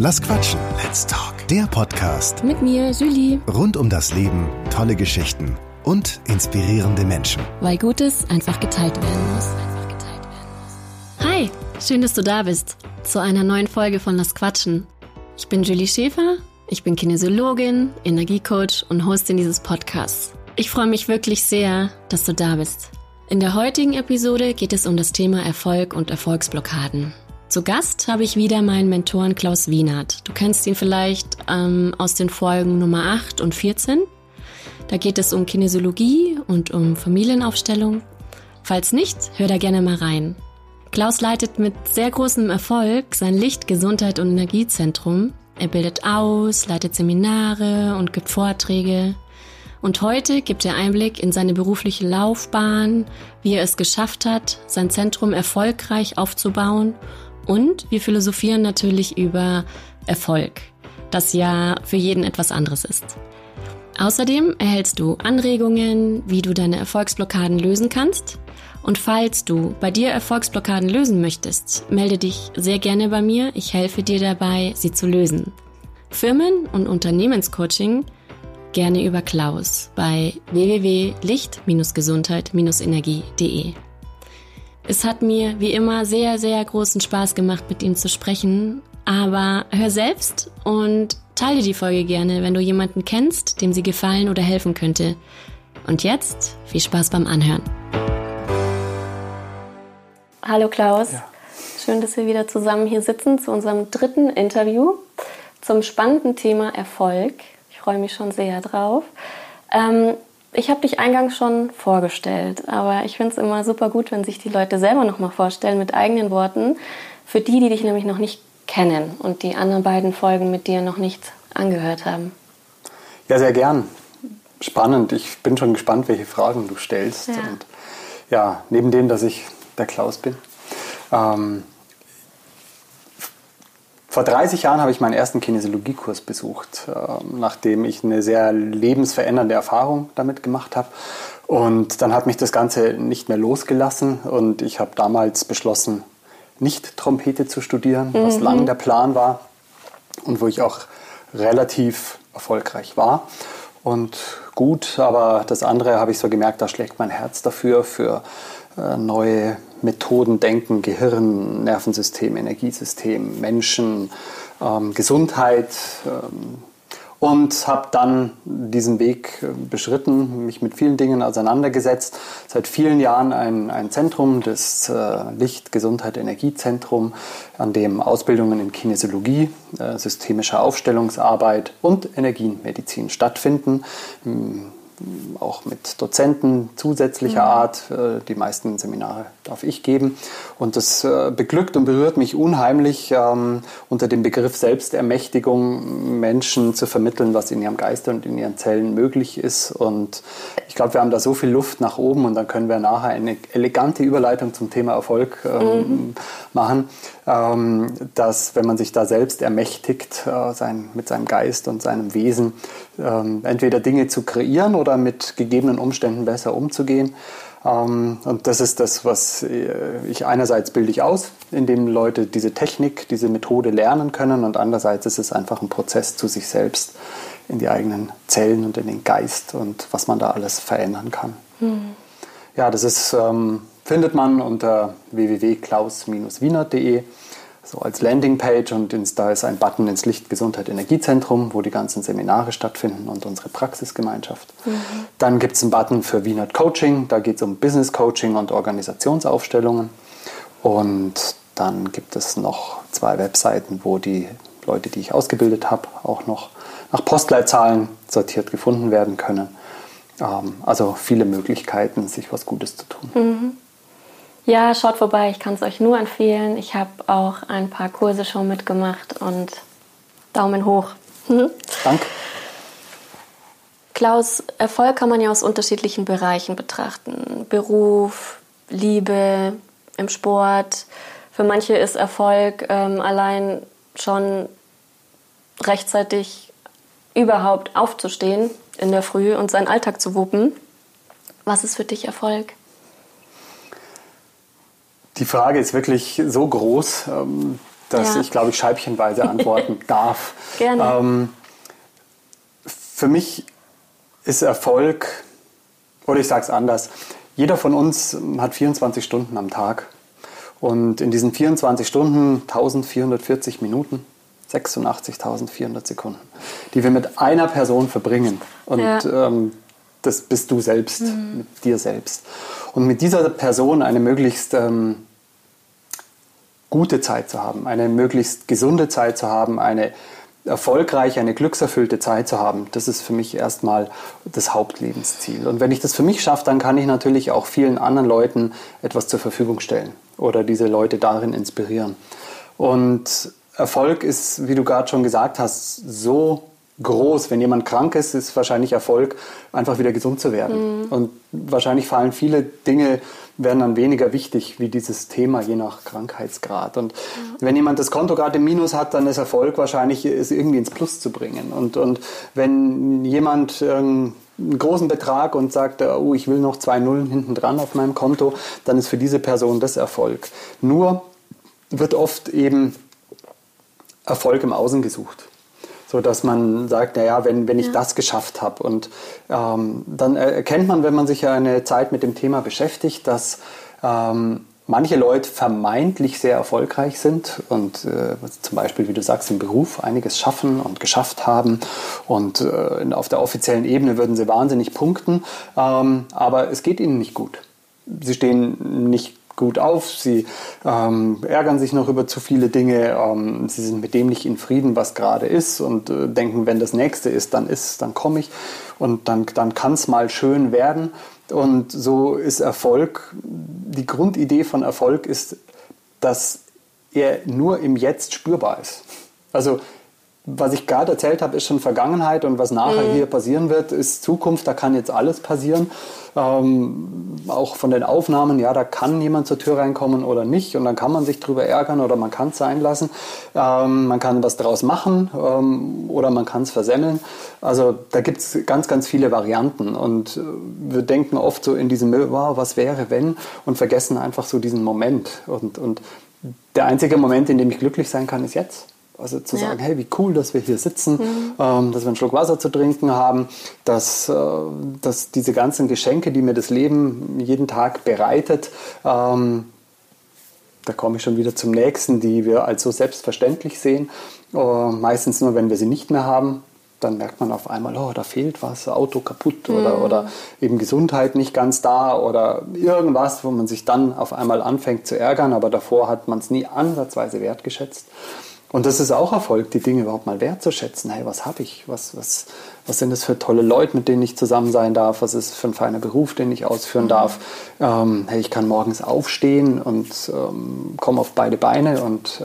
Lass quatschen. Let's talk. Der Podcast. Mit mir, Julie. Rund um das Leben, tolle Geschichten und inspirierende Menschen. Weil Gutes einfach geteilt werden muss. Hi, schön, dass du da bist. Zu einer neuen Folge von Lass quatschen. Ich bin Julie Schäfer. Ich bin Kinesiologin, Energiecoach und Hostin dieses Podcasts. Ich freue mich wirklich sehr, dass du da bist. In der heutigen Episode geht es um das Thema Erfolg und Erfolgsblockaden. Zu Gast habe ich wieder meinen Mentoren Klaus Wienert. Du kennst ihn vielleicht aus den Folgen Nummer 8 und 14. Da geht es um Kinesiologie und um Familienaufstellung. Falls nicht, hör da gerne mal rein. Klaus leitet mit sehr großem Erfolg sein Licht-, Gesundheit- und Energiezentrum. Er bildet aus, leitet Seminare und gibt Vorträge. Und heute gibt er Einblick in seine berufliche Laufbahn, wie er es geschafft hat, sein Zentrum erfolgreich aufzubauen. Und wir philosophieren natürlich über Erfolg, das ja für jeden etwas anderes ist. Außerdem erhältst du Anregungen, wie du deine Erfolgsblockaden lösen kannst. Und falls du bei dir Erfolgsblockaden lösen möchtest, melde dich sehr gerne bei mir. Ich helfe dir dabei, sie zu lösen. Firmen- und Unternehmenscoaching gerne über Klaus bei www.licht-gesundheit-energie.de. Es hat mir wie immer sehr, sehr großen Spaß gemacht, mit ihm zu sprechen. Aber hör selbst und teile die Folge gerne, wenn du jemanden kennst, dem sie gefallen oder helfen könnte. Und jetzt viel Spaß beim Anhören. Hallo Klaus, ja. Schön, dass wir wieder zusammen hier sitzen zu unserem 3. Interview zum spannenden Thema Erfolg. Ich freue mich schon sehr drauf. Ich habe dich eingangs schon vorgestellt, aber ich finde es immer super gut, wenn sich die Leute selber nochmal vorstellen mit eigenen Worten, für die dich nämlich noch nicht kennen und die anderen beiden Folgen mit dir noch nicht angehört haben. Ja, sehr gern. Spannend. Ich bin schon gespannt, welche Fragen du stellst. Ja. Und ja, neben dem, dass ich der Klaus bin. Vor 30 Jahren habe ich meinen ersten Kinesiologiekurs besucht, nachdem ich eine sehr lebensverändernde Erfahrung damit gemacht habe. Und dann hat mich das Ganze nicht mehr losgelassen und ich habe damals beschlossen, nicht Trompete zu studieren, was lang der Plan war und wo ich auch relativ erfolgreich war. Und gut, aber das andere habe ich so gemerkt, da schlägt mein Herz dafür, für neue Methoden, Denken, Gehirn, Nervensystem, Energiesystem, Menschen, Gesundheit und habe dann diesen Weg beschritten, mich mit vielen Dingen auseinandergesetzt. Seit vielen Jahren ein Zentrum, das Licht-, Gesundheit-, Energiezentrum, an dem Ausbildungen in Kinesiologie, systemischer Aufstellungsarbeit und Energienmedizin stattfinden. Auch mit Dozenten zusätzlicher Art. Die meisten Seminare darf ich geben. Und das beglückt und berührt mich unheimlich, unter dem Begriff Selbstermächtigung Menschen zu vermitteln, was in ihrem Geiste und in ihren Zellen möglich ist. Und ich glaube, wir haben da so viel Luft nach oben und dann können wir nachher eine elegante Überleitung zum Thema Erfolg machen, dass, wenn man sich da selbst ermächtigt, mit seinem Geist und seinem Wesen, entweder Dinge zu kreieren oder mit gegebenen Umständen besser umzugehen. Und das ist das, was ich einerseits bilde ich aus, indem Leute diese Technik, diese Methode lernen können, und andererseits ist es einfach ein Prozess zu sich selbst, in die eigenen Zellen und in den Geist und was man da alles verändern kann. Ja, das ist, findet man unter www.klaus-wienert.de. So als Landingpage, und da ist ein Button ins Licht, Gesundheit, Energiezentrum, wo die ganzen Seminare stattfinden und unsere Praxisgemeinschaft. Dann gibt es einen Button für Wienert Coaching, da geht es um Business Coaching und Organisationsaufstellungen. Und dann gibt es noch 2 Webseiten, wo die Leute, die ich ausgebildet habe, auch noch nach Postleitzahlen sortiert gefunden werden können. Also viele Möglichkeiten, sich was Gutes zu tun. Ja, schaut vorbei, ich kann es euch nur empfehlen. Ich habe auch ein paar Kurse schon mitgemacht und Daumen hoch. Danke. Klaus, Erfolg kann man ja aus unterschiedlichen Bereichen betrachten. Beruf, Liebe, im Sport. Für manche ist Erfolg allein schon rechtzeitig überhaupt aufzustehen in der Früh und seinen Alltag zu wuppen. Was ist für dich Erfolg? Die Frage ist wirklich so groß. dass ich, glaube ich, scheibchenweise antworten darf. Gerne. Für mich ist Erfolg, oder ich sage es anders, jeder von uns hat 24 Stunden am Tag. Und in diesen 24 Stunden 1440 Minuten, 86.400 Sekunden, die wir mit einer Person verbringen. Und das bist du selbst, mit dir selbst. Und mit dieser Person eine möglichst gute Zeit zu haben, eine möglichst gesunde Zeit zu haben, eine erfolgreiche, eine glückserfüllte Zeit zu haben, das ist für mich erstmal das Hauptlebensziel. Und wenn ich das für mich schaffe, dann kann ich natürlich auch vielen anderen Leuten etwas zur Verfügung stellen oder diese Leute darin inspirieren. Und Erfolg ist, wie du gerade schon gesagt hast, so groß. Wenn jemand krank ist, ist wahrscheinlich Erfolg, einfach wieder gesund zu werden. Und wahrscheinlich fallen viele Dinge, werden dann weniger wichtig wie dieses Thema, je nach Krankheitsgrad. Und wenn jemand das Konto gerade im Minus hat, dann ist Erfolg wahrscheinlich, es irgendwie ins Plus zu bringen. Und wenn jemand einen großen Betrag und sagt, oh, ich will noch 2 Nullen hinten dran auf meinem Konto, dann ist für diese Person das Erfolg. Nur wird oft eben Erfolg im Außen gesucht. So dass man sagt, naja, wenn ich das geschafft habe. Und dann erkennt man, wenn man sich ja eine Zeit mit dem Thema beschäftigt, dass manche Leute vermeintlich sehr erfolgreich sind und zum Beispiel, wie du sagst, im Beruf einiges schaffen und geschafft haben. Und auf der offiziellen Ebene würden sie wahnsinnig punkten, aber es geht ihnen nicht gut. Sie stehen nicht gut auf, sie ärgern sich noch über zu viele Dinge, sie sind mit dem nicht in Frieden, was gerade ist und denken, wenn das Nächste ist, dann komme ich und dann kann es mal schön werden. Und so ist Erfolg, die Grundidee von Erfolg ist, dass er nur im Jetzt spürbar ist. Also was ich gerade erzählt habe, ist schon Vergangenheit und was nachher hier passieren wird, ist Zukunft, da kann jetzt alles passieren. Auch von den Aufnahmen, ja, da kann jemand zur Tür reinkommen oder nicht und dann kann man sich drüber ärgern oder man kann es sein lassen. Man kann was draus machen oder man kann es versemmeln. Also da gibt es ganz, ganz viele Varianten und wir denken oft so in diesem, wow, was wäre, wenn, und vergessen einfach so diesen Moment. Und der einzige Moment, in dem ich glücklich sein kann, ist jetzt. Also zu sagen, hey, wie cool, dass wir hier sitzen, dass wir einen Schluck Wasser zu trinken haben, dass diese ganzen Geschenke, die mir das Leben jeden Tag bereitet, da komme ich schon wieder zum nächsten, die wir als so selbstverständlich sehen. Meistens nur, wenn wir sie nicht mehr haben, dann merkt man auf einmal, oh, da fehlt was, Auto kaputt oder eben Gesundheit nicht ganz da oder irgendwas, wo man sich dann auf einmal anfängt zu ärgern, aber davor hat man es nie ansatzweise wertgeschätzt. Und das ist auch Erfolg, die Dinge überhaupt mal wertzuschätzen. Hey, was habe ich? Was sind das für tolle Leute, mit denen ich zusammen sein darf? Was ist für ein feiner Beruf, den ich ausführen darf? Hey, ich kann morgens aufstehen und komme auf beide Beine und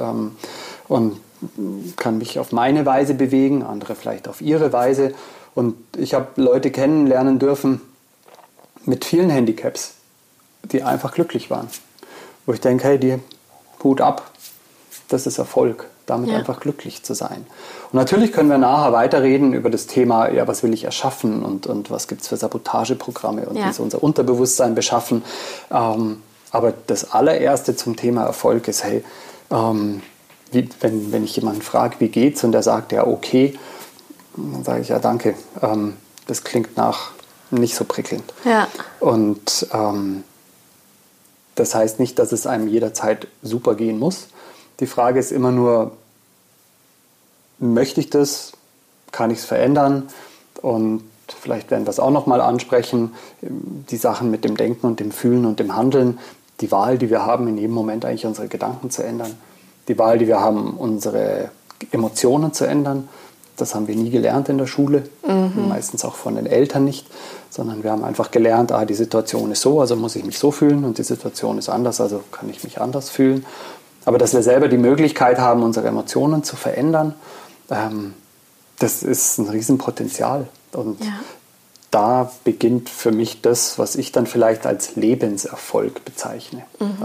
kann mich auf meine Weise bewegen, andere vielleicht auf ihre Weise. Und ich habe Leute kennenlernen dürfen mit vielen Handicaps, die einfach glücklich waren. Wo ich denke, hey, die Hut ab, das ist Erfolg, damit einfach glücklich zu sein. Und natürlich können wir nachher weiterreden über das Thema, ja, was will ich erschaffen und was gibt es für Sabotageprogramme und wie ist unser Unterbewusstsein beschaffen. Aber das allererste zum Thema Erfolg ist, hey, wenn ich jemanden frage, wie geht's, und der sagt, ja, okay, dann sage ich, ja, danke, das klingt nach nicht so prickelnd. Ja. Und das heißt nicht, dass es einem jederzeit super gehen muss. Die Frage ist immer nur, möchte ich das? Kann ich es verändern? Und vielleicht werden wir es auch nochmal ansprechen, die Sachen mit dem Denken und dem Fühlen und dem Handeln, die Wahl, die wir haben, in jedem Moment eigentlich unsere Gedanken zu ändern, die Wahl, die wir haben, unsere Emotionen zu ändern. Das haben wir nie gelernt in der Schule, meistens auch von den Eltern nicht, sondern wir haben einfach gelernt, die Situation ist so, also muss ich mich so fühlen und die Situation ist anders, also kann ich mich anders fühlen. Aber dass wir selber die Möglichkeit haben, unsere Emotionen zu verändern, das ist ein Riesenpotenzial. Und da beginnt für mich das, was ich dann vielleicht als Lebenserfolg bezeichne.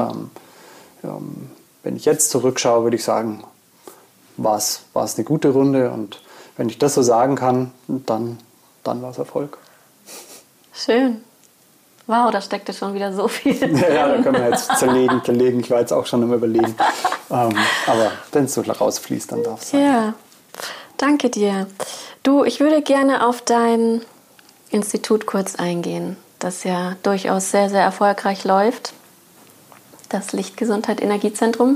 Wenn ich jetzt zurückschaue, würde ich sagen, war es eine gute Runde. Und wenn ich das so sagen kann, dann war es Erfolg. Schön. Wow, da steckte schon wieder so viel. Ja, da können wir jetzt zerlegen. Ich war jetzt auch schon am Überlegen. Aber wenn es so rausfließt, dann darf es sein. Ja, danke dir. Du, ich würde gerne auf dein Institut kurz eingehen, das ja durchaus sehr, sehr erfolgreich läuft. Das Lichtgesundheit Energiezentrum.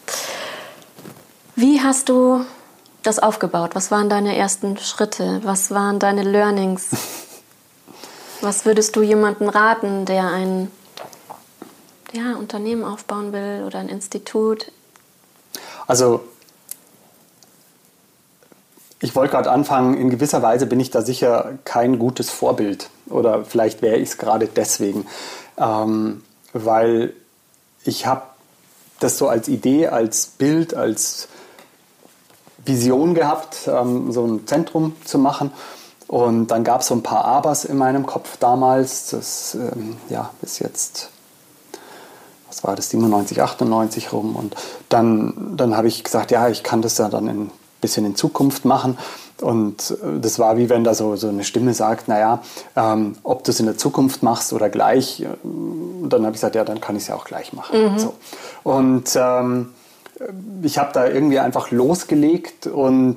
Wie hast du das aufgebaut? Was waren deine ersten Schritte? Was waren deine Learnings? Was würdest du jemandem raten, der ein Unternehmen aufbauen will oder ein Institut? Also ich wollte gerade anfangen, in gewisser Weise bin ich da sicher kein gutes Vorbild. Oder vielleicht wäre ich es gerade deswegen. Weil ich habe das so als Idee, als Bild, als Vision gehabt, so ein Zentrum zu machen. Und dann gab es so ein paar Abers in meinem Kopf damals. Das bis jetzt, was war das, 97, 98 rum. Und dann habe ich gesagt, ja, ich kann das ja dann ein bisschen in Zukunft machen. Und das war wie wenn da so eine Stimme sagt, naja, ob du es in der Zukunft machst oder gleich. Und dann habe ich gesagt, ja, dann kann ich es ja auch gleich machen. So. Und ich habe da irgendwie einfach losgelegt und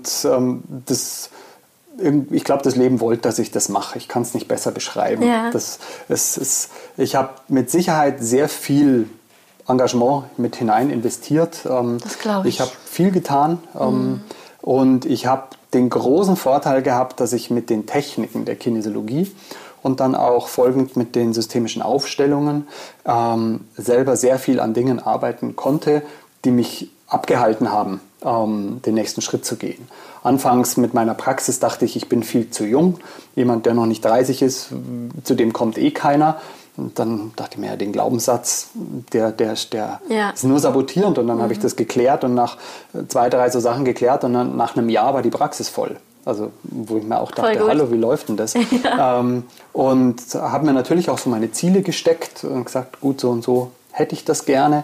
ich glaube, das Leben wollte, dass ich das mache. Ich kann es nicht besser beschreiben. Ja. Ich habe mit Sicherheit sehr viel Engagement mit hinein investiert. Das glaube ich. Ich habe viel getan und ich habe den großen Vorteil gehabt, dass ich mit den Techniken der Kinesiologie und dann auch folgend mit den systemischen Aufstellungen selber sehr viel an Dingen arbeiten konnte, die mich abgehalten haben, den nächsten Schritt zu gehen. Anfangs mit meiner Praxis dachte ich bin viel zu jung. Jemand, der noch nicht 30 ist, zu dem kommt eh keiner. Und dann dachte ich mir, ja, den Glaubenssatz, der ist nur sabotierend. Und dann habe ich das geklärt und nach 2, 3 so Sachen geklärt und dann nach einem Jahr war die Praxis voll. Also wo ich mir auch dachte, hallo, wie läuft denn das? Ja. Und habe mir natürlich auch so meine Ziele gesteckt und gesagt, gut, so und so hätte ich das gerne.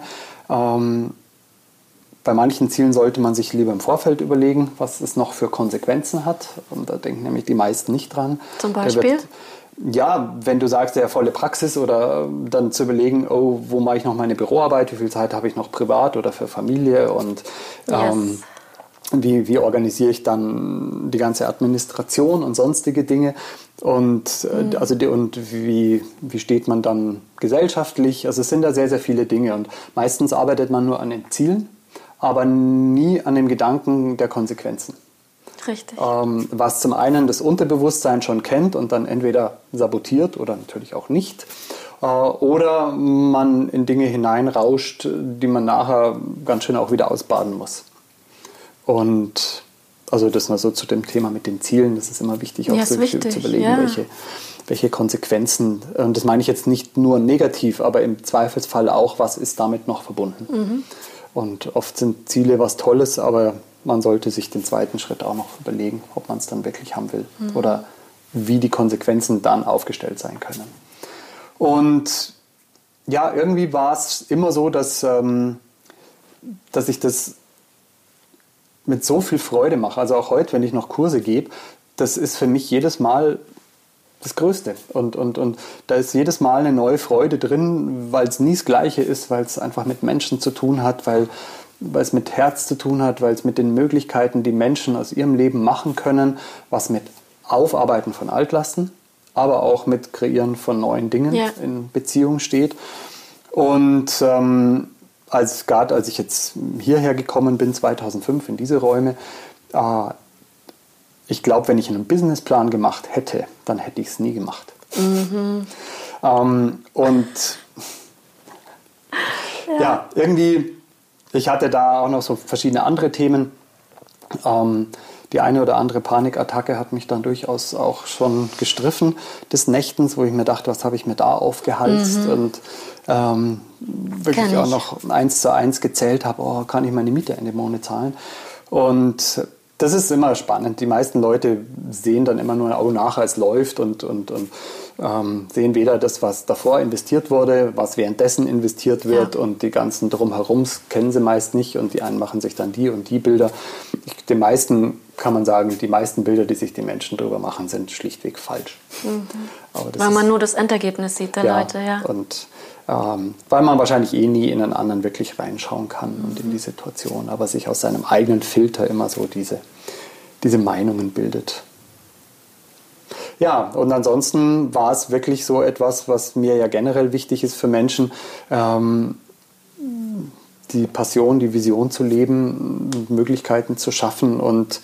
Bei manchen Zielen sollte man sich lieber im Vorfeld überlegen, was es noch für Konsequenzen hat. Und da denken nämlich die meisten nicht dran. Zum Beispiel? Wenn du sagst, ja, volle Praxis oder dann zu überlegen, oh, wo mache ich noch meine Büroarbeit, wie viel Zeit habe ich noch privat oder für Familie und wie organisiere ich dann die ganze Administration und sonstige Dinge und, wie steht man dann gesellschaftlich. Also es sind da sehr, sehr viele Dinge und meistens arbeitet man nur an den Zielen, aber nie an dem Gedanken der Konsequenzen. Richtig. Was zum einen das Unterbewusstsein schon kennt und dann entweder sabotiert oder natürlich auch nicht. Oder man in Dinge hineinrauscht, die man nachher ganz schön auch wieder ausbaden muss. Und also das mal so zu dem Thema mit den Zielen, das ist immer wichtig, auch zu überlegen, welche Konsequenzen, und das meine ich jetzt nicht nur negativ, aber im Zweifelsfall auch, was ist damit noch verbunden. Und oft sind Ziele was Tolles, aber man sollte sich den zweiten Schritt auch noch überlegen, ob man es dann wirklich haben will oder wie die Konsequenzen dann aufgestellt sein können. Und ja, irgendwie war es immer so, dass ich das mit so viel Freude mache. Also auch heute, wenn ich noch Kurse gebe, das ist für mich jedes Mal das Größte. Und da ist jedes Mal eine neue Freude drin, weil es nie das Gleiche ist, weil es einfach mit Menschen zu tun hat, weil es mit Herz zu tun hat, weil es mit den Möglichkeiten, die Menschen aus ihrem Leben machen können, was mit Aufarbeiten von Altlasten, aber auch mit Kreieren von neuen Dingen in Beziehung steht. Und als ich jetzt hierher gekommen bin, 2005 in diese Räume, ich glaube, wenn ich einen Businessplan gemacht hätte, dann hätte ich es nie gemacht. Irgendwie, ich hatte da auch noch so verschiedene andere Themen. Die eine oder andere Panikattacke hat mich dann durchaus auch schon gestriffen des Nächtens, wo ich mir dachte, was habe ich mir da aufgehalst und wirklich auch noch 1:1 gezählt habe, kann ich meine Miete Ende Monat zahlen. Und das ist immer spannend. Die meisten Leute sehen dann immer nur, nachher es läuft und sehen weder das, was davor investiert wurde, was währenddessen investiert wird und die ganzen Drumherums kennen sie meist nicht und die einen machen sich dann die und die Bilder. Den meisten kann man sagen, die meisten Bilder, die sich die Menschen drüber machen, sind schlichtweg falsch. Weil man nur das Endergebnis sieht der Leute, Und weil man wahrscheinlich nie in einen anderen wirklich reinschauen kann und in die Situation, aber sich aus seinem eigenen Filter immer so diese Meinungen bildet. Ja, und ansonsten war es wirklich so etwas, was mir ja generell wichtig ist für Menschen, die Passion, die Vision zu leben, Möglichkeiten zu schaffen und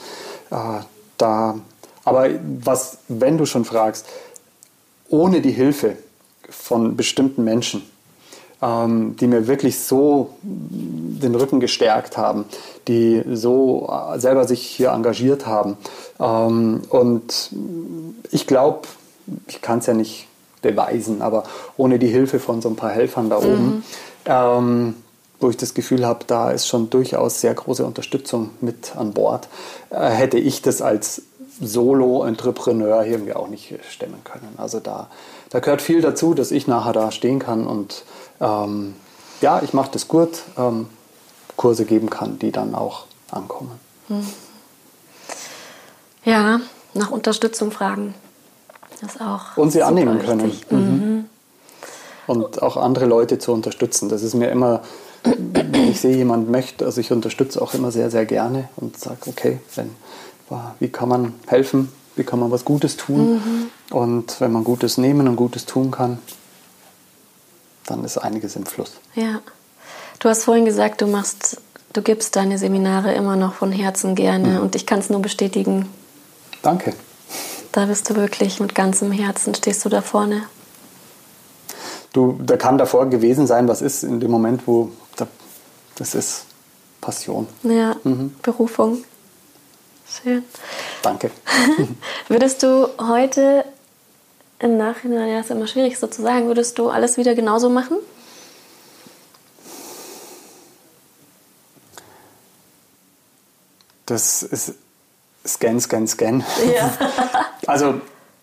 aber wenn du schon fragst, ohne die Hilfe von bestimmten Menschen, die mir wirklich so den Rücken gestärkt haben, die so selber sich hier engagiert haben. Und ich glaube, ich kann es ja nicht beweisen, aber ohne die Hilfe von so ein paar Helfern da oben, wo ich das Gefühl habe, da ist schon durchaus sehr große Unterstützung mit an Bord, hätte ich das als Solo-Entrepreneur irgendwie auch nicht stemmen können. Also da gehört viel dazu, dass ich nachher da stehen kann und ich mache das gut, Kurse geben kann, die dann auch ankommen. Ja, nach Unterstützung fragen. Das auch und sie annehmen wichtig. können. Und auch andere Leute zu unterstützen. Das ist mir immer, wenn ich sehe, jemand möchte, also ich unterstütze auch immer sehr, sehr gerne und sage, okay, wie kann man helfen, wie kann man was Gutes tun und wenn man Gutes nehmen und Gutes tun kann, dann ist einiges im Fluss. Ja, du hast vorhin gesagt, du gibst deine Seminare immer noch von Herzen gerne und ich kann es nur bestätigen. Danke. Da bist du wirklich mit ganzem Herzen, stehst du da vorne. Da kann davor gewesen sein, was ist in dem Moment, das ist Passion. Ja, Berufung. Schön. Danke. Würdest du heute im Nachhinein, ja, ist immer schwierig so zu sagen, würdest du alles wieder genauso machen? Das ist Scan. Ja. Also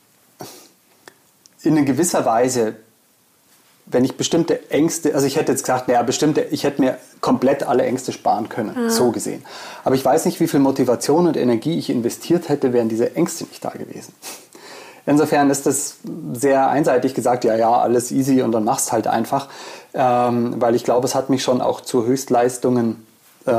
in gewisser Weise, wenn ich bestimmte Ängste, also ich hätte jetzt gesagt, ich hätte mir komplett alle Ängste sparen können, so gesehen. Aber ich weiß nicht, wie viel Motivation und Energie ich investiert hätte, wären diese Ängste nicht da gewesen. Insofern ist das sehr einseitig gesagt, ja, alles easy und dann mach's halt einfach, weil ich glaube, es hat mich schon auch zu Höchstleistungen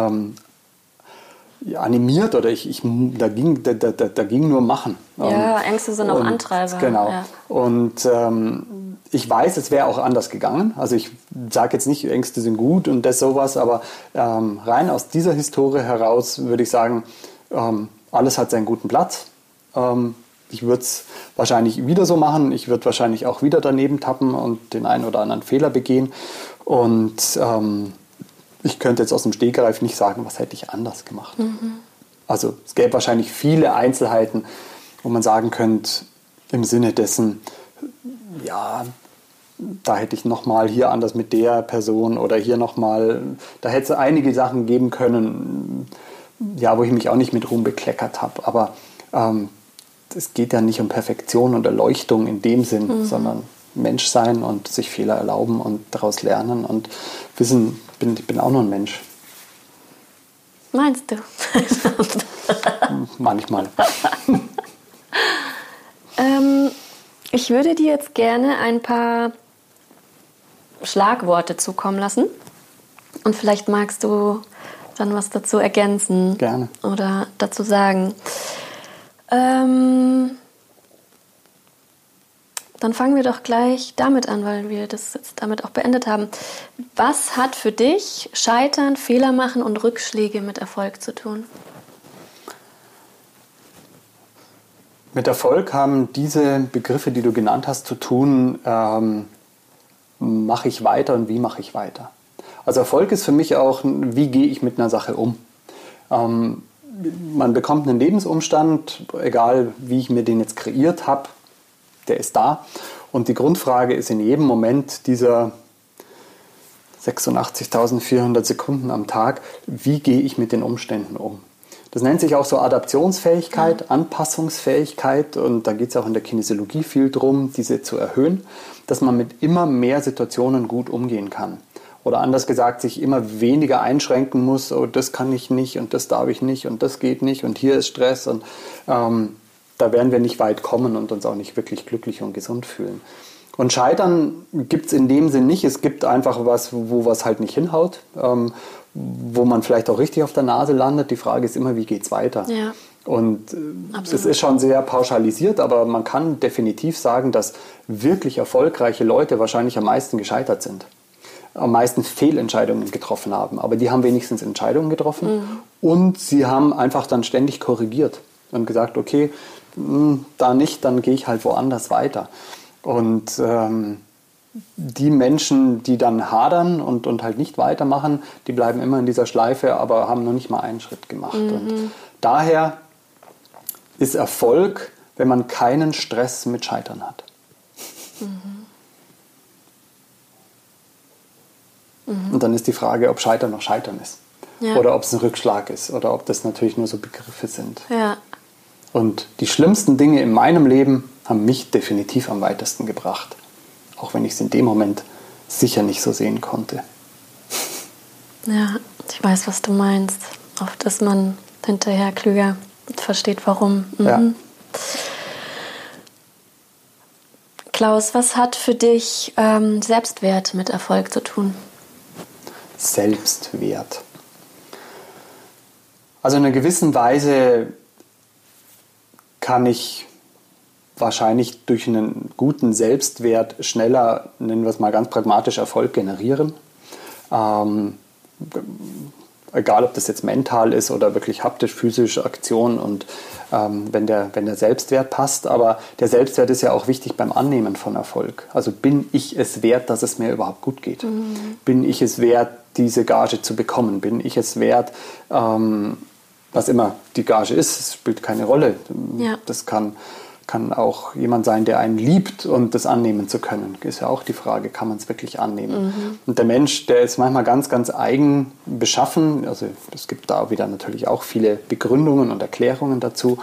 animiert oder da ging nur Machen. Ja, Ängste sind auch Antreiber. Genau. Ja. Und ich weiß, es wäre auch anders gegangen. Also ich sage jetzt nicht, Ängste sind gut und das sowas, aber rein aus dieser Historie heraus würde ich sagen, alles hat seinen guten Platz. Ich würde es wahrscheinlich wieder so machen. Ich würde wahrscheinlich auch wieder daneben tappen und den einen oder anderen Fehler begehen. Und ich könnte jetzt aus dem Stegreif nicht sagen, was hätte ich anders gemacht. Also es gäbe wahrscheinlich viele Einzelheiten, wo man sagen könnte, im Sinne dessen, ja, da hätte ich nochmal hier anders mit der Person oder hier nochmal, da hätte es einige Sachen geben können, ja, wo ich mich auch nicht mit Ruhm bekleckert habe. Aber es geht ja nicht um Perfektion und Erleuchtung in dem Sinn, sondern Mensch sein und sich Fehler erlauben und daraus lernen und wissen, ich bin auch nur ein Mensch. Meinst du? Manchmal. Ich würde dir jetzt gerne ein paar Schlagworte zukommen lassen. Und vielleicht magst du dann was dazu ergänzen. Gerne. Oder dazu sagen. Dann fangen wir doch gleich damit an, weil wir das jetzt damit auch beendet haben. Was hat für dich Scheitern, Fehler machen und Rückschläge mit Erfolg zu tun? Mit Erfolg haben diese Begriffe, die du genannt hast, zu tun, mache ich weiter und wie mache ich weiter. Also Erfolg ist für mich auch, wie gehe ich mit einer Sache um. Man bekommt einen Lebensumstand, egal wie ich mir den jetzt kreiert habe, der ist da. Und die Grundfrage ist in jedem Moment dieser 86.400 Sekunden am Tag, wie gehe ich mit den Umständen um? Das nennt sich auch so Adaptionsfähigkeit, Anpassungsfähigkeit und da geht es auch in der Kinesiologie viel drum, diese zu erhöhen, dass man mit immer mehr Situationen gut umgehen kann. Oder anders gesagt, sich immer weniger einschränken muss, oh, das kann ich nicht und das darf ich nicht und das geht nicht und hier ist Stress und da werden wir nicht weit kommen und uns auch nicht wirklich glücklich und gesund fühlen. Und Scheitern gibt es in dem Sinn nicht. Es gibt einfach was, wo was halt nicht hinhaut, wo man vielleicht auch richtig auf der Nase landet. Die Frage ist immer, wie geht es weiter? Ja. Und es ist schon sehr pauschalisiert, aber man kann definitiv sagen, dass wirklich erfolgreiche Leute wahrscheinlich am meisten gescheitert sind. Am meisten Fehlentscheidungen getroffen haben. Aber die haben wenigstens Entscheidungen getroffen und sie haben einfach dann ständig korrigiert und gesagt, okay, da nicht, dann gehe ich halt woanders weiter. Und die Menschen, die dann hadern und halt nicht weitermachen, die bleiben immer in dieser Schleife, aber haben noch nicht mal einen Schritt gemacht. Und daher ist Erfolg, wenn man keinen Stress mit Scheitern hat. Und dann ist die Frage, ob Scheitern noch Scheitern ist. Ja. Oder ob es ein Rückschlag ist. Oder ob das natürlich nur so Begriffe sind. Ja. Und die schlimmsten Dinge in meinem Leben haben mich definitiv am weitesten gebracht. Auch wenn ich es in dem Moment sicher nicht so sehen konnte. Ja, ich weiß, was du meinst. Oft ist man hinterher klüger und versteht, warum. Ja. Klaus, was hat für dich Selbstwert mit Erfolg zu tun? Selbstwert. Also in einer gewissen Weise kann ich wahrscheinlich durch einen guten Selbstwert schneller, nennen wir es mal ganz pragmatisch, Erfolg generieren. Egal, ob das jetzt mental ist oder wirklich haptisch, physisch, Aktion und wenn der Selbstwert passt. Aber der Selbstwert ist ja auch wichtig beim Annehmen von Erfolg. Also bin ich es wert, dass es mir überhaupt gut geht? Bin ich es wert, diese Gage zu bekommen? Bin ich es wert, was immer die Gage ist, es spielt keine Rolle. Ja. Das kann auch jemand sein, der einen liebt und das annehmen zu können. Ist ja auch die Frage, kann man es wirklich annehmen? Und der Mensch, der ist manchmal ganz, ganz eigen beschaffen. Also es gibt da wieder natürlich auch viele Begründungen und Erklärungen dazu,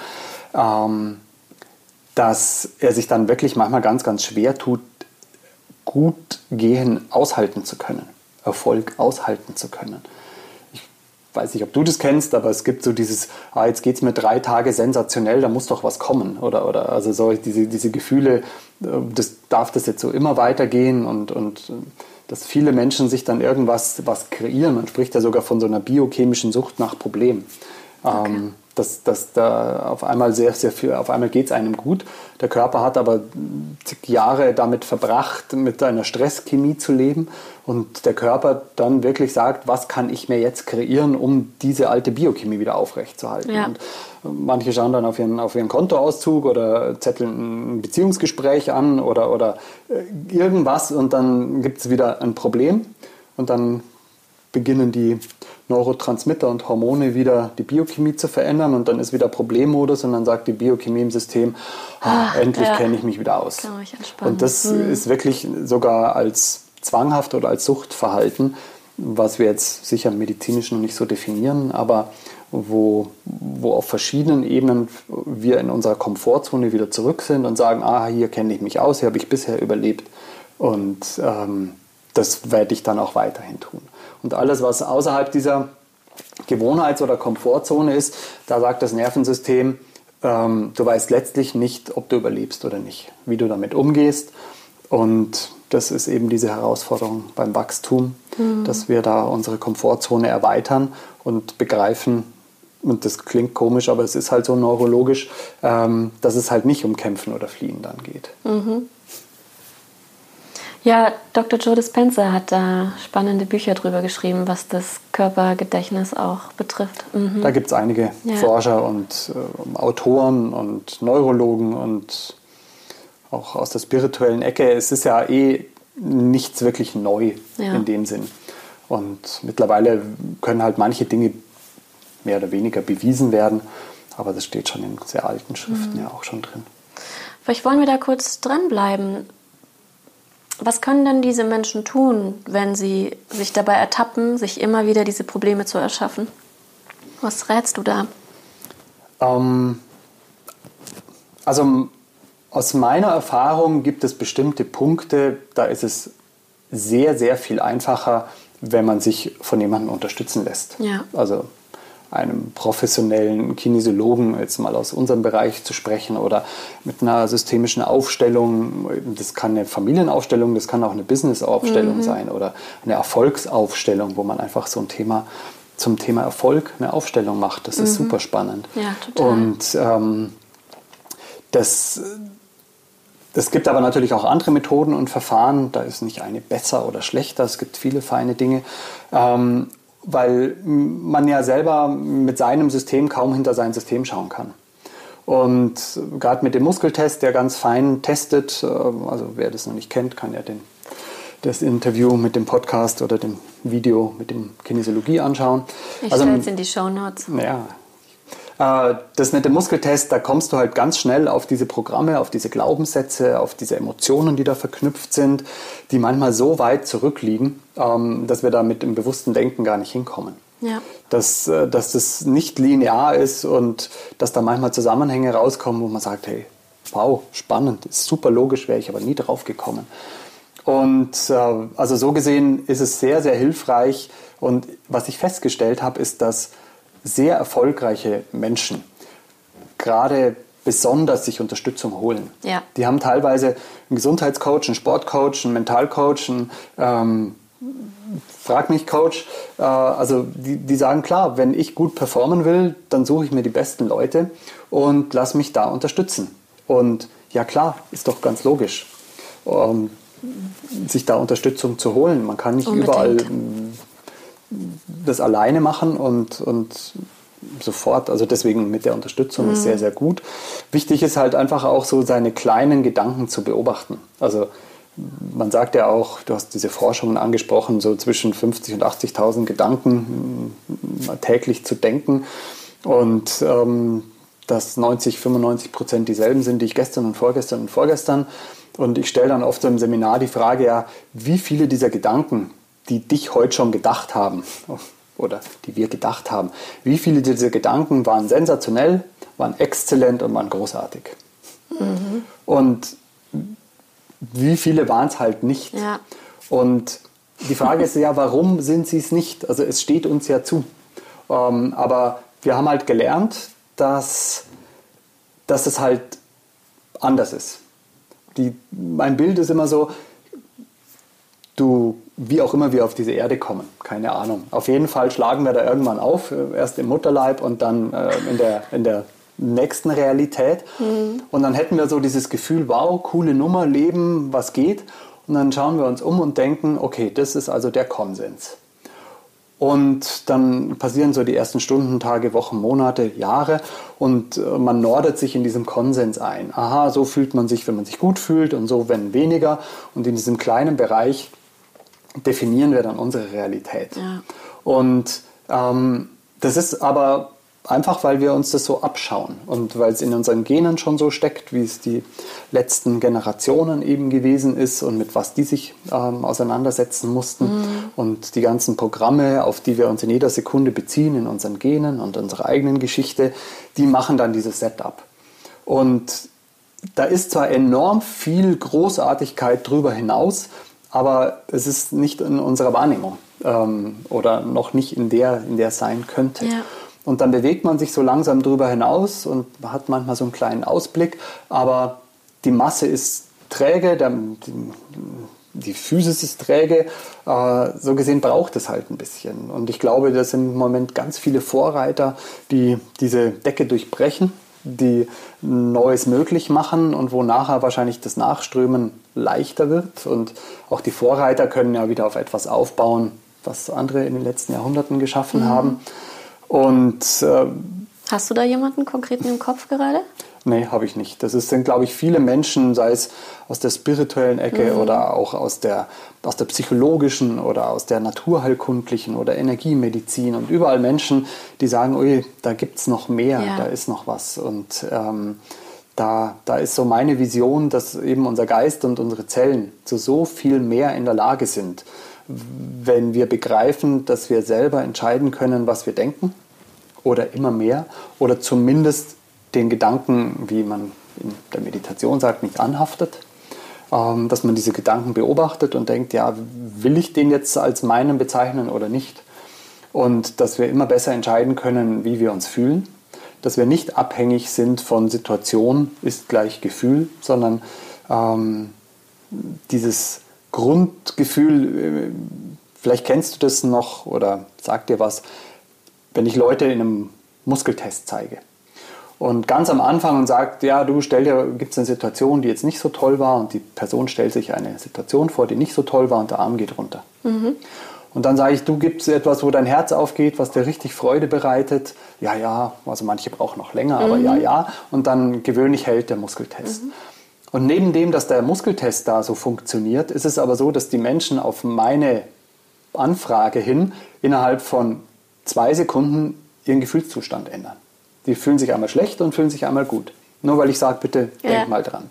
dass er sich dann wirklich manchmal ganz, ganz schwer tut, gut gehen aushalten zu können, Erfolg aushalten zu können. Ich weiß nicht, ob du das kennst, aber es gibt so dieses, jetzt geht es mir 3 Tage sensationell, da muss doch was kommen. Oder also so diese Gefühle, darf das jetzt so immer weitergehen und dass viele Menschen sich dann was kreieren. Man spricht ja sogar von so einer biochemischen Sucht nach Problem. Okay. Dass da auf einmal sehr, sehr viel, auf einmal geht es einem gut. Der Körper hat aber zig Jahre damit verbracht, mit einer Stresschemie zu leben und der Körper dann wirklich sagt, was kann ich mir jetzt kreieren, um diese alte Biochemie wieder aufrechtzuerhalten. Ja. Und manche schauen dann auf ihren Kontoauszug oder zetteln ein Beziehungsgespräch an oder irgendwas und dann gibt es wieder ein Problem und dann beginnen die Neurotransmitter und Hormone wieder die Biochemie zu verändern und dann ist wieder Problemmodus und dann sagt die Biochemie im System, endlich kenne ich mich wieder aus. Kann ich entspannen. Und das ist wirklich sogar als zwanghaft oder als Suchtverhalten, was wir jetzt sicher medizinisch noch nicht so definieren, aber wo auf verschiedenen Ebenen wir in unserer Komfortzone wieder zurück sind und sagen, hier kenne ich mich aus, hier habe ich bisher überlebt und das werde ich dann auch weiterhin tun. Und alles, was außerhalb dieser Gewohnheits- oder Komfortzone ist, da sagt das Nervensystem, du weißt letztlich nicht, ob du überlebst oder nicht, wie du damit umgehst. Und das ist eben diese Herausforderung beim Wachstum, dass wir da unsere Komfortzone erweitern und begreifen, und das klingt komisch, aber es ist halt so neurologisch, dass es halt nicht um Kämpfen oder Fliehen dann geht. Ja, Dr. Joe Dispenza hat da spannende Bücher drüber geschrieben, was das Körpergedächtnis auch betrifft. Da gibt es einige Forscher und Autoren und Neurologen und auch aus der spirituellen Ecke. Es ist ja nichts wirklich neu in dem Sinn. Und mittlerweile können halt manche Dinge mehr oder weniger bewiesen werden, aber das steht schon in sehr alten Schriften ja auch schon drin. Vielleicht wollen wir da kurz dranbleiben. Was können denn diese Menschen tun, wenn sie sich dabei ertappen, sich immer wieder diese Probleme zu erschaffen? Was rätst du da? Also aus meiner Erfahrung gibt es bestimmte Punkte, da ist es sehr, sehr viel einfacher, wenn man sich von jemandem unterstützen lässt. Ja. Also einem professionellen Kinesiologen, jetzt mal aus unserem Bereich zu sprechen, oder mit einer systemischen Aufstellung. Das kann eine Familienaufstellung, das kann auch eine Businessaufstellung sein oder eine Erfolgsaufstellung, wo man einfach so ein Thema zum Thema Erfolg eine Aufstellung macht. Das ist super spannend. Ja, total. Und es gibt aber natürlich auch andere Methoden und Verfahren. Da ist nicht eine besser oder schlechter. Es gibt viele feine Dinge, weil man ja selber mit seinem System kaum hinter sein System schauen kann. Und gerade mit dem Muskeltest, der ganz fein testet, also wer das noch nicht kennt, kann ja das Interview mit dem Podcast oder dem Video mit dem Kinesiologie anschauen. Ich stelle es in die Shownotes. Ja. Das mit dem Muskeltest, da kommst du halt ganz schnell auf diese Programme, auf diese Glaubenssätze, auf diese Emotionen, die da verknüpft sind, die manchmal so weit zurückliegen, dass wir da mit dem bewussten Denken gar nicht hinkommen. Ja. Dass das nicht linear ist und dass da manchmal Zusammenhänge rauskommen, wo man sagt, hey, wow, spannend, ist super logisch, wäre ich aber nie drauf gekommen. Und also so gesehen ist es sehr, sehr hilfreich. Und was ich festgestellt habe, ist, dass sehr erfolgreiche Menschen gerade besonders sich Unterstützung holen. Ja. Die haben teilweise einen Gesundheitscoach, einen Sportcoach, einen Mentalcoach, einen Frag-mich-Coach. Also die sagen, klar, wenn ich gut performen will, dann suche ich mir die besten Leute und lass mich da unterstützen. Und ja klar, ist doch ganz logisch, sich da Unterstützung zu holen. Man kann nicht überall das alleine machen und sofort, also deswegen mit der Unterstützung ist sehr, sehr gut. Wichtig ist halt einfach auch so seine kleinen Gedanken zu beobachten. Also man sagt ja auch, du hast diese Forschungen angesprochen, so zwischen 50.000 und 80.000 Gedanken täglich zu denken und dass 95% dieselben sind, die ich gestern und vorgestern. Und ich stelle dann oft im Seminar die Frage, ja, wie viele dieser Gedanken, die dich heute schon gedacht haben oder die wir gedacht haben, wie viele dieser Gedanken waren sensationell, waren exzellent und waren großartig. Und wie viele waren es halt nicht. Ja. Und die Frage ist ja, warum sind sie es nicht? Also es steht uns ja zu. Aber wir haben halt gelernt, dass es halt anders ist. Mein Bild ist immer so, wie auch immer wir auf diese Erde kommen, keine Ahnung. Auf jeden Fall schlagen wir da irgendwann auf, erst im Mutterleib und dann in der nächsten Realität. Und dann hätten wir so dieses Gefühl, wow, coole Nummer, Leben, was geht? Und dann schauen wir uns um und denken, okay, das ist also der Konsens. Und dann passieren so die ersten Stunden, Tage, Wochen, Monate, Jahre und man nordet sich in diesem Konsens ein. Aha, so fühlt man sich, wenn man sich gut fühlt und so, wenn weniger. Und in diesem kleinen Bereich definieren wir dann unsere Realität. Ja. Und das ist aber einfach, weil wir uns das so abschauen und weil es in unseren Genen schon so steckt, wie es die letzten Generationen eben gewesen ist und mit was die sich auseinandersetzen mussten. Und die ganzen Programme, auf die wir uns in jeder Sekunde beziehen, in unseren Genen und unserer eigenen Geschichte, die machen dann dieses Setup. Und da ist zwar enorm viel Großartigkeit drüber hinaus, aber es ist nicht in unserer Wahrnehmung oder noch nicht in der es sein könnte. Ja. Und dann bewegt man sich so langsam drüber hinaus und hat manchmal so einen kleinen Ausblick, aber die Masse ist träge, die Physis ist träge, so gesehen braucht es halt ein bisschen. Und ich glaube, das sind im Moment ganz viele Vorreiter, die diese Decke durchbrechen, die Neues möglich machen und wo nachher wahrscheinlich das Nachströmen leichter wird. Und auch die Vorreiter können ja wieder auf etwas aufbauen, was andere in den letzten Jahrhunderten geschaffen haben. Und hast du da jemanden konkreten im Kopf gerade? Nee, habe ich nicht. Das sind, glaube ich, viele Menschen, sei es aus der spirituellen Ecke oder auch aus der psychologischen oder aus der naturheilkundlichen oder Energiemedizin und überall Menschen, die sagen, ui, da gibt es noch mehr, da ist noch was. Und da ist so meine Vision, dass eben unser Geist und unsere Zellen zu so viel mehr in der Lage sind, wenn wir begreifen, dass wir selber entscheiden können, was wir denken oder immer mehr oder zumindest den Gedanken, wie man in der Meditation sagt, nicht anhaftet, dass man diese Gedanken beobachtet und denkt, ja, will ich den jetzt als meinen bezeichnen oder nicht? und dass wir immer besser entscheiden können, wie wir uns fühlen, dass wir nicht abhängig sind von Situation ist gleich Gefühl, sondern dieses Grundgefühl, vielleicht kennst du das noch oder sag dir was, wenn ich Leute in einem Muskeltest zeige. Und ganz am Anfang und sagt, ja, du gibt es eine Situation, die jetzt nicht so toll war und die Person stellt sich eine Situation vor, die nicht so toll war und der Arm geht runter. Mhm. Und dann sage ich, du gibst etwas, wo dein Herz aufgeht, was dir richtig Freude bereitet. Ja, also manche brauchen noch länger, aber ja. Und dann gewöhnlich hält der Muskeltest. Mhm. Und neben dem, dass der Muskeltest da so funktioniert, ist es aber so, dass die Menschen auf meine Anfrage hin innerhalb von 2 Sekunden ihren Gefühlszustand ändern. Die fühlen sich einmal schlecht und fühlen sich einmal gut. Nur weil ich sage, bitte denk mal dran.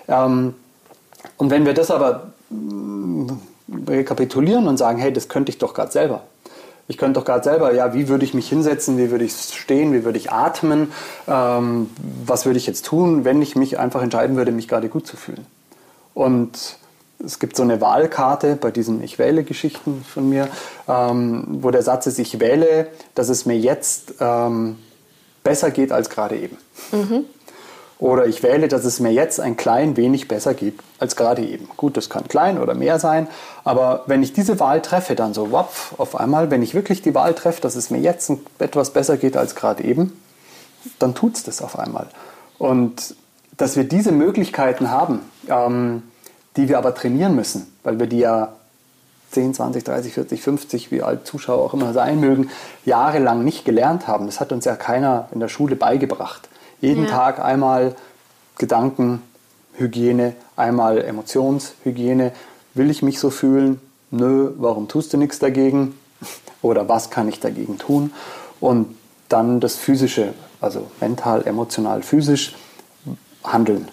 Und wenn wir das aber rekapitulieren und sagen, hey, das könnte ich doch gerade selber. Ich könnte doch gerade selber, ja, wie würde ich mich hinsetzen, wie würde ich stehen, wie würde ich atmen, was würde ich jetzt tun, wenn ich mich einfach entscheiden würde, mich gerade gut zu fühlen. Und es gibt so eine Wahlkarte bei diesen Ich-wähle-Geschichten von mir, wo der Satz ist, ich wähle, dass es mir jetzt besser geht als gerade eben. Mhm. Oder ich wähle, dass es mir jetzt ein klein wenig besser geht als gerade eben. Gut, das kann klein oder mehr sein, aber wenn ich diese Wahl treffe, dann so wapf, auf einmal, wenn ich wirklich die Wahl treffe, dass es mir jetzt etwas besser geht als gerade eben, dann tut es das auf einmal. Und dass wir diese Möglichkeiten haben, die wir aber trainieren müssen, weil wir die ja 10, 20, 30, 40, 50, wie alt Zuschauer auch immer sein mögen, jahrelang nicht gelernt haben. Das hat uns ja keiner in der Schule beigebracht. Jeden Tag einmal Gedankenhygiene, einmal Emotionshygiene. Will ich mich so fühlen? Nö, warum tust du nichts dagegen? Oder was kann ich dagegen tun? Und dann das Physische, also mental, emotional, physisch handeln.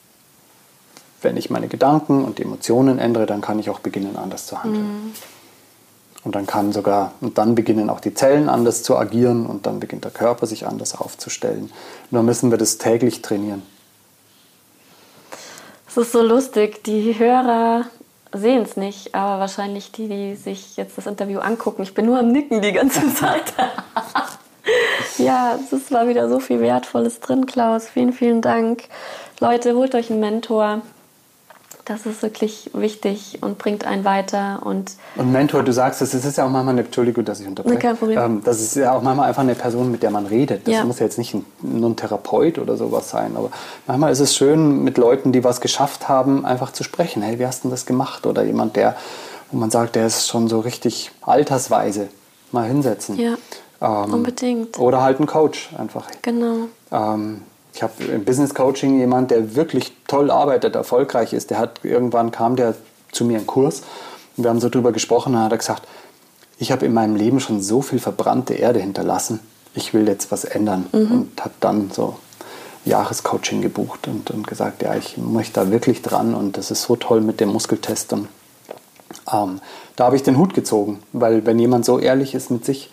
Wenn ich meine Gedanken und die Emotionen ändere, dann kann ich auch beginnen, anders zu handeln. Mhm. Und dann beginnen auch die Zellen anders zu agieren und dann beginnt der Körper sich anders aufzustellen. Nur müssen wir das täglich trainieren. Es ist so lustig, die Hörer sehen es nicht, aber wahrscheinlich die sich jetzt das Interview angucken. Ich bin nur am Nicken die ganze Zeit. Ja, es war wieder so viel Wertvolles drin, Klaus. Vielen, vielen Dank. Leute, holt euch einen Mentor. Das ist wirklich wichtig und bringt einen weiter. Und Mentor, du sagst, das ist ja auch manchmal Entschuldigung, dass ich unterbreche. Kein Problem. Das ist ja auch manchmal einfach eine Person, mit der man redet. Das muss ja jetzt nicht nur ein Therapeut oder sowas sein. Aber manchmal ist es schön, mit Leuten, die was geschafft haben, einfach zu sprechen. Hey, wie hast du denn das gemacht? Oder jemand, wo man sagt, der ist schon so richtig altersweise. Mal hinsetzen. Ja, unbedingt. Oder halt ein Coach einfach. Genau. Ich habe im Business Coaching jemanden, der wirklich toll arbeitet, erfolgreich ist. Irgendwann kam der zu mir in Kurs und wir haben so drüber gesprochen und hat er gesagt, ich habe in meinem Leben schon so viel verbrannte Erde hinterlassen, ich will jetzt was ändern. Und hat dann so Jahrescoaching gebucht und gesagt, ja, ich möchte da wirklich dran und das ist so toll mit dem Muskeltest. Und da habe ich den Hut gezogen, weil wenn jemand so ehrlich ist mit sich,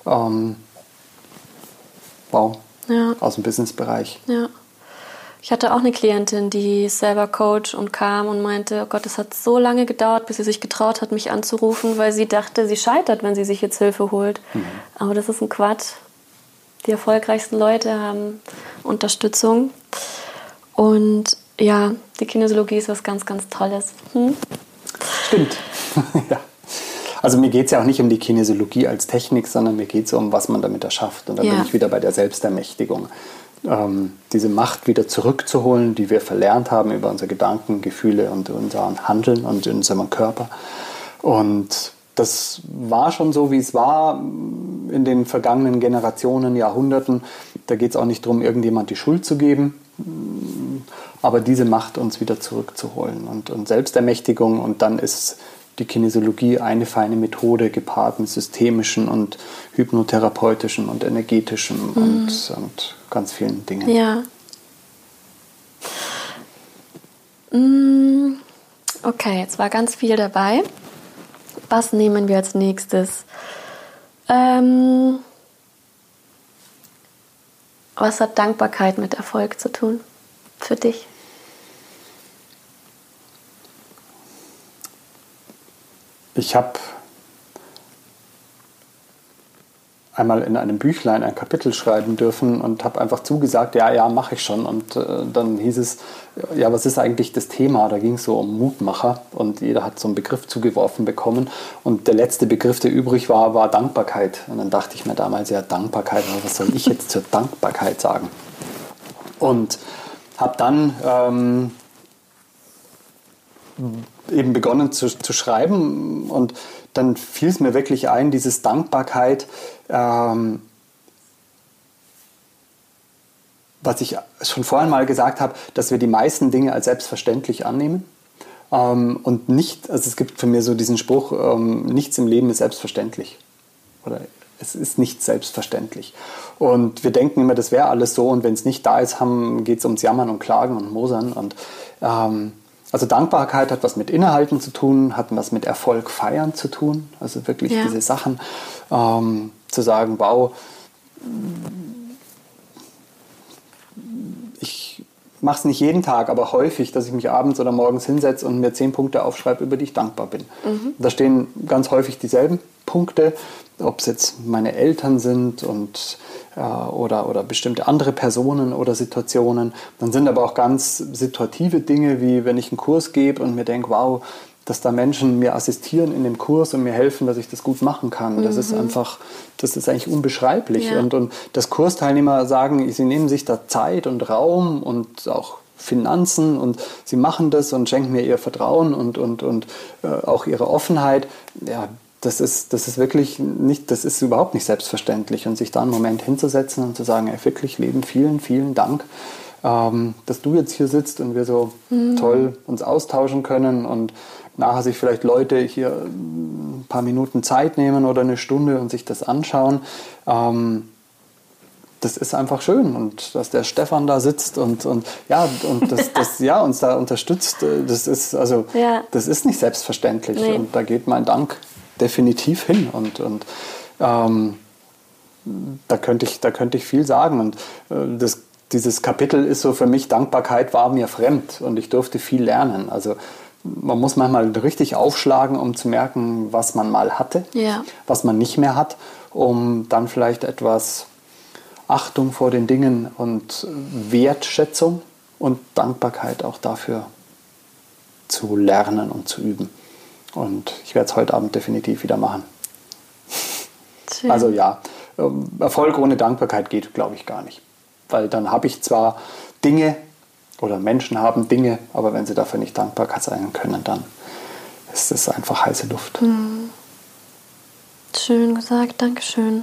wow. Ja. Aus dem Businessbereich. Ja. Ich hatte auch eine Klientin, die selber Coach und kam und meinte, oh Gott, es hat so lange gedauert, bis sie sich getraut hat, mich anzurufen, weil sie dachte, sie scheitert, wenn sie sich jetzt Hilfe holt. Mhm. Aber das ist ein Quatsch. Die erfolgreichsten Leute haben Unterstützung. Und ja, die Kinesiologie ist was ganz, ganz Tolles. Stimmt. Ja. Also mir geht es ja auch nicht um die Kinesiologie als Technik, sondern mir geht es um, was man damit erschafft. Und da bin ich wieder bei der Selbstermächtigung. Diese Macht wieder zurückzuholen, die wir verlernt haben über unsere Gedanken, Gefühle und unser Handeln und in unserem Körper. Und das war schon so, wie es war in den vergangenen Generationen, Jahrhunderten. Da geht es auch nicht darum, irgendjemand die Schuld zu geben, aber diese Macht uns wieder zurückzuholen und Selbstermächtigung. Und dann ist die Kinesiologie eine feine Methode, gepaart mit systemischen und hypnotherapeutischen und energetischen und ganz vielen Dingen. Ja. Okay, jetzt war ganz viel dabei. Was nehmen wir als nächstes? Was hat Dankbarkeit mit Erfolg zu tun für dich? Ich habe einmal in einem Büchlein ein Kapitel schreiben dürfen und habe einfach zugesagt, ja, mache ich schon. Und dann hieß es, ja, was ist eigentlich das Thema? Da ging es so um Mutmacher und jeder hat so einen Begriff zugeworfen bekommen. Und der letzte Begriff, der übrig war, war Dankbarkeit. Und dann dachte ich mir damals, ja, Dankbarkeit, was soll ich jetzt zur Dankbarkeit sagen? Und habe dann eben begonnen zu schreiben und dann fiel es mir wirklich ein, dieses Dankbarkeit, was ich schon vorhin mal gesagt habe, dass wir die meisten Dinge als selbstverständlich annehmen und nicht, also es gibt für mich so diesen Spruch, nichts im Leben ist selbstverständlich oder es ist nicht selbstverständlich. Und wir denken immer, das wäre alles so und wenn es nicht da ist, geht es ums Jammern und Klagen und Mosern und also Dankbarkeit hat was mit Innehalten zu tun, hat was mit Erfolg feiern zu tun. Also wirklich diese Sachen zu sagen, wow, ich mache es nicht jeden Tag, aber häufig, dass ich mich abends oder morgens hinsetze und mir 10 Punkte aufschreibe, über die ich dankbar bin. Da stehen ganz häufig dieselben Punkte, ob es jetzt meine Eltern sind und oder bestimmte andere Personen oder Situationen. Dann sind aber auch ganz situative Dinge, wie wenn ich einen Kurs gebe und mir denke, wow, dass da Menschen mir assistieren in dem Kurs und mir helfen, dass ich das gut machen kann. Das ist einfach, das ist eigentlich unbeschreiblich. Ja. Und dass Kursteilnehmer sagen, sie nehmen sich da Zeit und Raum und auch Finanzen und sie machen das und schenken mir ihr Vertrauen und auch ihre Offenheit. Ja, das ist wirklich nicht, das ist überhaupt nicht selbstverständlich. Und sich da einen Moment hinzusetzen und zu sagen, ey, wirklich Leben, vielen, vielen Dank, dass du jetzt hier sitzt und wir so toll uns austauschen können und nachher sich vielleicht Leute hier ein paar Minuten Zeit nehmen oder eine Stunde und sich das anschauen. Das ist einfach schön und dass der Stefan da sitzt und das ja, uns da unterstützt, das ist nicht selbstverständlich und da geht mein Dank definitiv hin und da könnte ich viel sagen und dieses Kapitel ist so für mich, Dankbarkeit war mir fremd und ich durfte viel lernen. Also man muss manchmal richtig aufschlagen, um zu merken, was man mal hatte, was man nicht mehr hat, um dann vielleicht etwas Achtung vor den Dingen und Wertschätzung und Dankbarkeit auch dafür zu lernen und zu üben. Und ich werde es heute Abend definitiv wieder machen. Schön. Also ja, Erfolg ohne Dankbarkeit geht, glaube ich, gar nicht. Weil dann habe ich zwar Dinge oder Menschen haben Dinge, aber wenn sie dafür nicht dankbar sein können, dann ist es einfach heiße Luft. Schön gesagt, Dankeschön.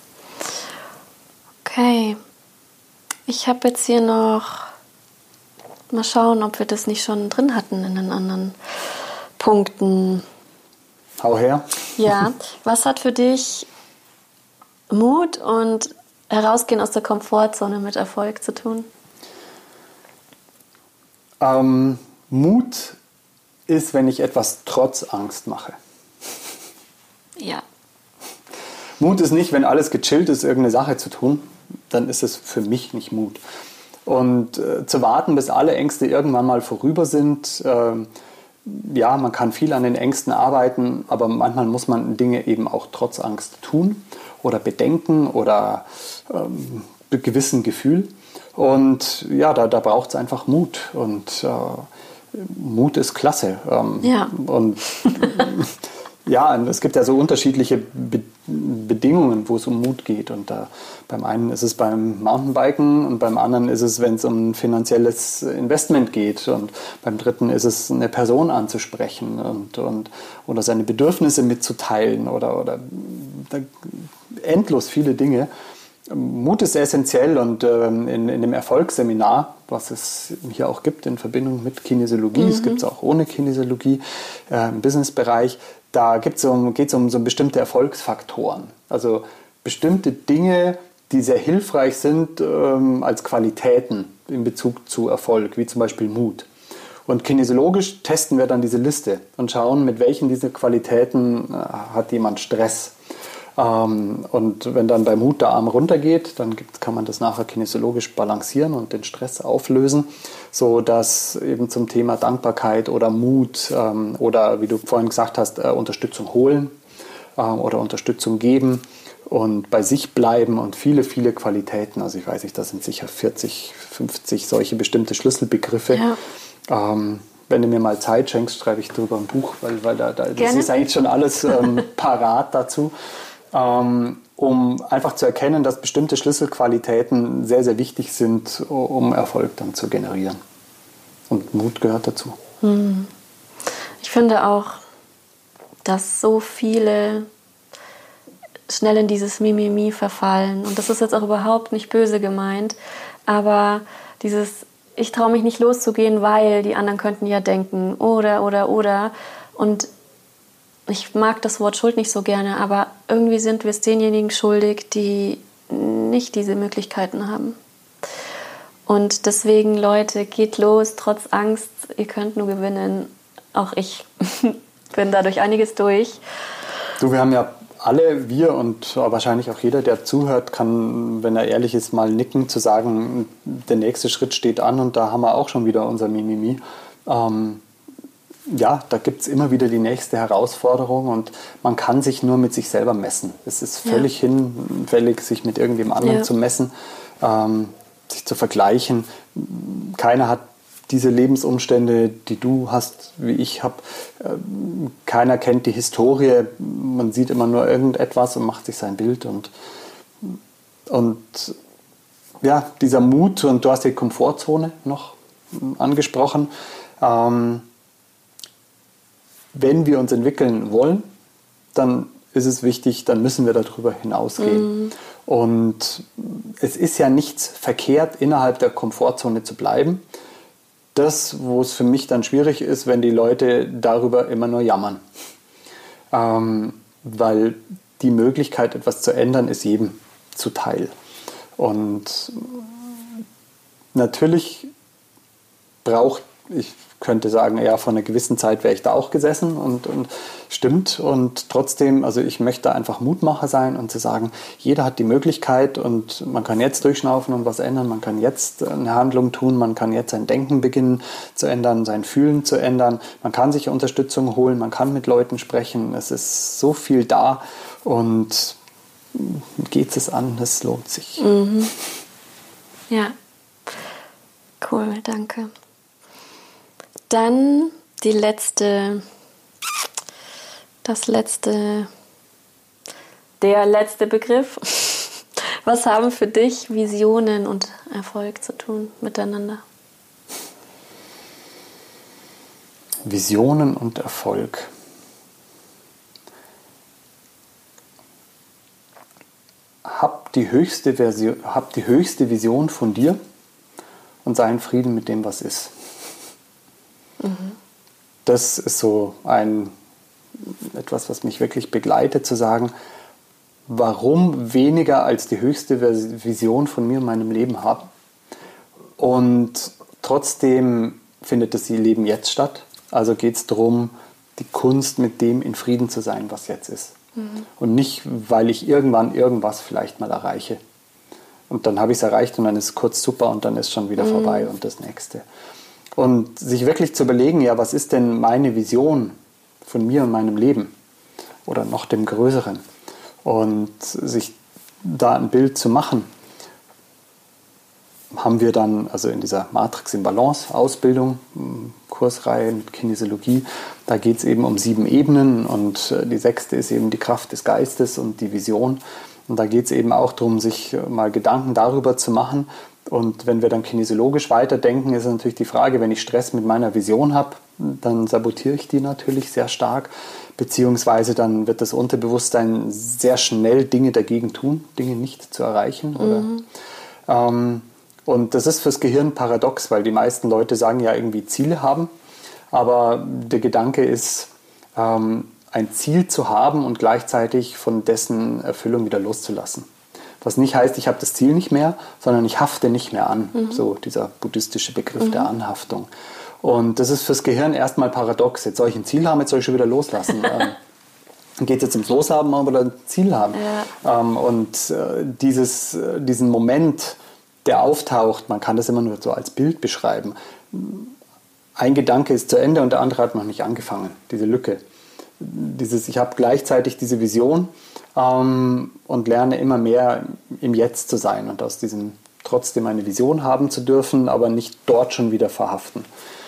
Okay, ich habe jetzt hier noch, mal schauen, ob wir das nicht schon drin hatten in den anderen Punkten. Hau her. Ja, was hat für dich Mut und Herausgehen aus der Komfortzone mit Erfolg zu tun? Mut ist, wenn ich etwas trotz Angst mache. Ja. Mut ist nicht, wenn alles gechillt ist, irgendeine Sache zu tun. Dann ist es für mich nicht Mut. Und zu warten, bis alle Ängste irgendwann mal vorüber sind, ja, man kann viel an den Ängsten arbeiten, aber manchmal muss man Dinge eben auch trotz Angst tun oder bedenken oder gewissen Gefühl. Und ja, da braucht es einfach Mut. Und Mut ist klasse. Und ja, es gibt ja so unterschiedliche Bedingungen, wo es um Mut geht. Und beim einen ist es beim Mountainbiken und beim anderen ist es, wenn es um ein finanzielles Investment geht. Und beim dritten ist es, eine Person anzusprechen oder seine Bedürfnisse mitzuteilen oder endlos viele Dinge. Mut ist essentiell und in dem Erfolgsseminar, was es hier auch gibt in Verbindung mit Kinesiologie, es gibt es auch ohne Kinesiologie im Businessbereich, da geht es um so bestimmte Erfolgsfaktoren, also bestimmte Dinge, die sehr hilfreich sind als Qualitäten in Bezug zu Erfolg, wie zum Beispiel Mut. Und kinesiologisch testen wir dann diese Liste und schauen, mit welchen dieser Qualitäten hat jemand Stress. Und wenn dann bei Mut der Arm runtergeht, dann kann man das nachher kinesiologisch balancieren und den Stress auflösen, so dass eben zum Thema Dankbarkeit oder Mut oder wie du vorhin gesagt hast, Unterstützung holen oder Unterstützung geben und bei sich bleiben und viele, viele Qualitäten. Also ich weiß nicht, das sind sicher 40, 50 solche bestimmte Schlüsselbegriffe. Ja. Wenn du mir mal Zeit schenkst, schreibe ich darüber ein Buch, weil das ist eigentlich schon alles parat dazu. Um einfach zu erkennen, dass bestimmte Schlüsselqualitäten sehr, sehr wichtig sind, um Erfolg dann zu generieren. Und Mut gehört dazu. Ich finde auch, dass so viele schnell in dieses Mimimi verfallen. Und das ist jetzt auch überhaupt nicht böse gemeint, aber ich traue mich nicht loszugehen, weil die anderen könnten ja denken, oder. Und ich mag das Wort Schuld nicht so gerne, aber irgendwie sind wir es denjenigen schuldig, die nicht diese Möglichkeiten haben. Und deswegen, Leute, geht los, trotz Angst, ihr könnt nur gewinnen. Auch ich bin dadurch einiges durch. Du, wir haben ja alle, wir und wahrscheinlich auch jeder, der zuhört, kann, wenn er ehrlich ist, mal nicken, zu sagen, der nächste Schritt steht an und da haben wir auch schon wieder unser Mimimi. Ja, da gibt es immer wieder die nächste Herausforderung und man kann sich nur mit sich selber messen. Es ist völlig hinfällig, sich mit irgendjemand anderem zu messen, sich zu vergleichen. Keiner hat diese Lebensumstände, die du hast, wie ich habe. Keiner kennt die Historie. Man sieht immer nur irgendetwas und macht sich sein Bild. Und ja, dieser Mut, und du hast die Komfortzone noch angesprochen. Wenn wir uns entwickeln wollen, dann ist es wichtig, dann müssen wir darüber hinausgehen. Und es ist ja nichts verkehrt, innerhalb der Komfortzone zu bleiben. Das, wo es für mich dann schwierig ist, wenn die Leute darüber immer nur jammern. Weil die Möglichkeit, etwas zu ändern, ist jedem zuteil. Und natürlich ich könnte sagen, ja, vor einer gewissen Zeit wäre ich da auch gesessen und stimmt. Und trotzdem, also ich möchte einfach Mutmacher sein und zu sagen, jeder hat die Möglichkeit und man kann jetzt durchschnaufen und was ändern, man kann jetzt eine Handlung tun, man kann jetzt sein Denken beginnen zu ändern, sein Fühlen zu ändern, man kann sich Unterstützung holen, man kann mit Leuten sprechen, es ist so viel da und geht es an, es lohnt sich. Ja, cool, danke. Dann der letzte Begriff. Was haben für dich Visionen und Erfolg zu tun miteinander? Visionen und Erfolg. Hab die höchste Vision von dir und sei in Frieden mit dem, was ist. Das ist so etwas, was mich wirklich begleitet, zu sagen, warum weniger als die höchste Vision von mir in meinem Leben haben. Und trotzdem findet das Leben jetzt statt. Also geht es darum, die Kunst mit dem in Frieden zu sein, was jetzt ist. Und nicht, weil ich irgendwann irgendwas vielleicht mal erreiche. Und dann habe ich es erreicht und dann ist es kurz super und dann ist schon wieder vorbei und das Nächste. Und sich wirklich zu überlegen, ja, was ist denn meine Vision von mir und meinem Leben? Oder noch dem Größeren. Und sich da ein Bild zu machen, haben wir dann, also in dieser Matrix in Balance Ausbildung, Kursreihe mit Kinesiologie, da geht es eben um 7 Ebenen und die 6. ist eben die Kraft des Geistes und die Vision. Und da geht es eben auch darum, sich mal Gedanken darüber zu machen. Und wenn wir dann kinesiologisch weiterdenken, ist natürlich die Frage, wenn ich Stress mit meiner Vision habe, dann sabotiere ich die natürlich sehr stark, beziehungsweise dann wird das Unterbewusstsein sehr schnell Dinge dagegen tun, Dinge nicht zu erreichen. Und das ist fürs Gehirn paradox, weil die meisten Leute sagen ja irgendwie Ziele haben, aber der Gedanke ist, ein Ziel zu haben und gleichzeitig von dessen Erfüllung wieder loszulassen. Was nicht heißt, ich habe das Ziel nicht mehr, sondern ich hafte nicht mehr an. So dieser buddhistische Begriff der Anhaftung. Und das ist fürs Gehirn erstmal paradox. Jetzt soll ich ein Ziel haben, jetzt soll ich schon wieder loslassen. Geht es jetzt ums Loshaben oder ein Ziel haben? Ja. Und diesen Moment, der auftaucht, man kann das immer nur so als Bild beschreiben. Ein Gedanke ist zu Ende und der andere hat noch nicht angefangen. Diese Lücke. Ich habe gleichzeitig diese Vision, und lerne immer mehr im Jetzt zu sein und aus diesem trotzdem eine Vision haben zu dürfen, aber nicht dort schon wieder verhaften.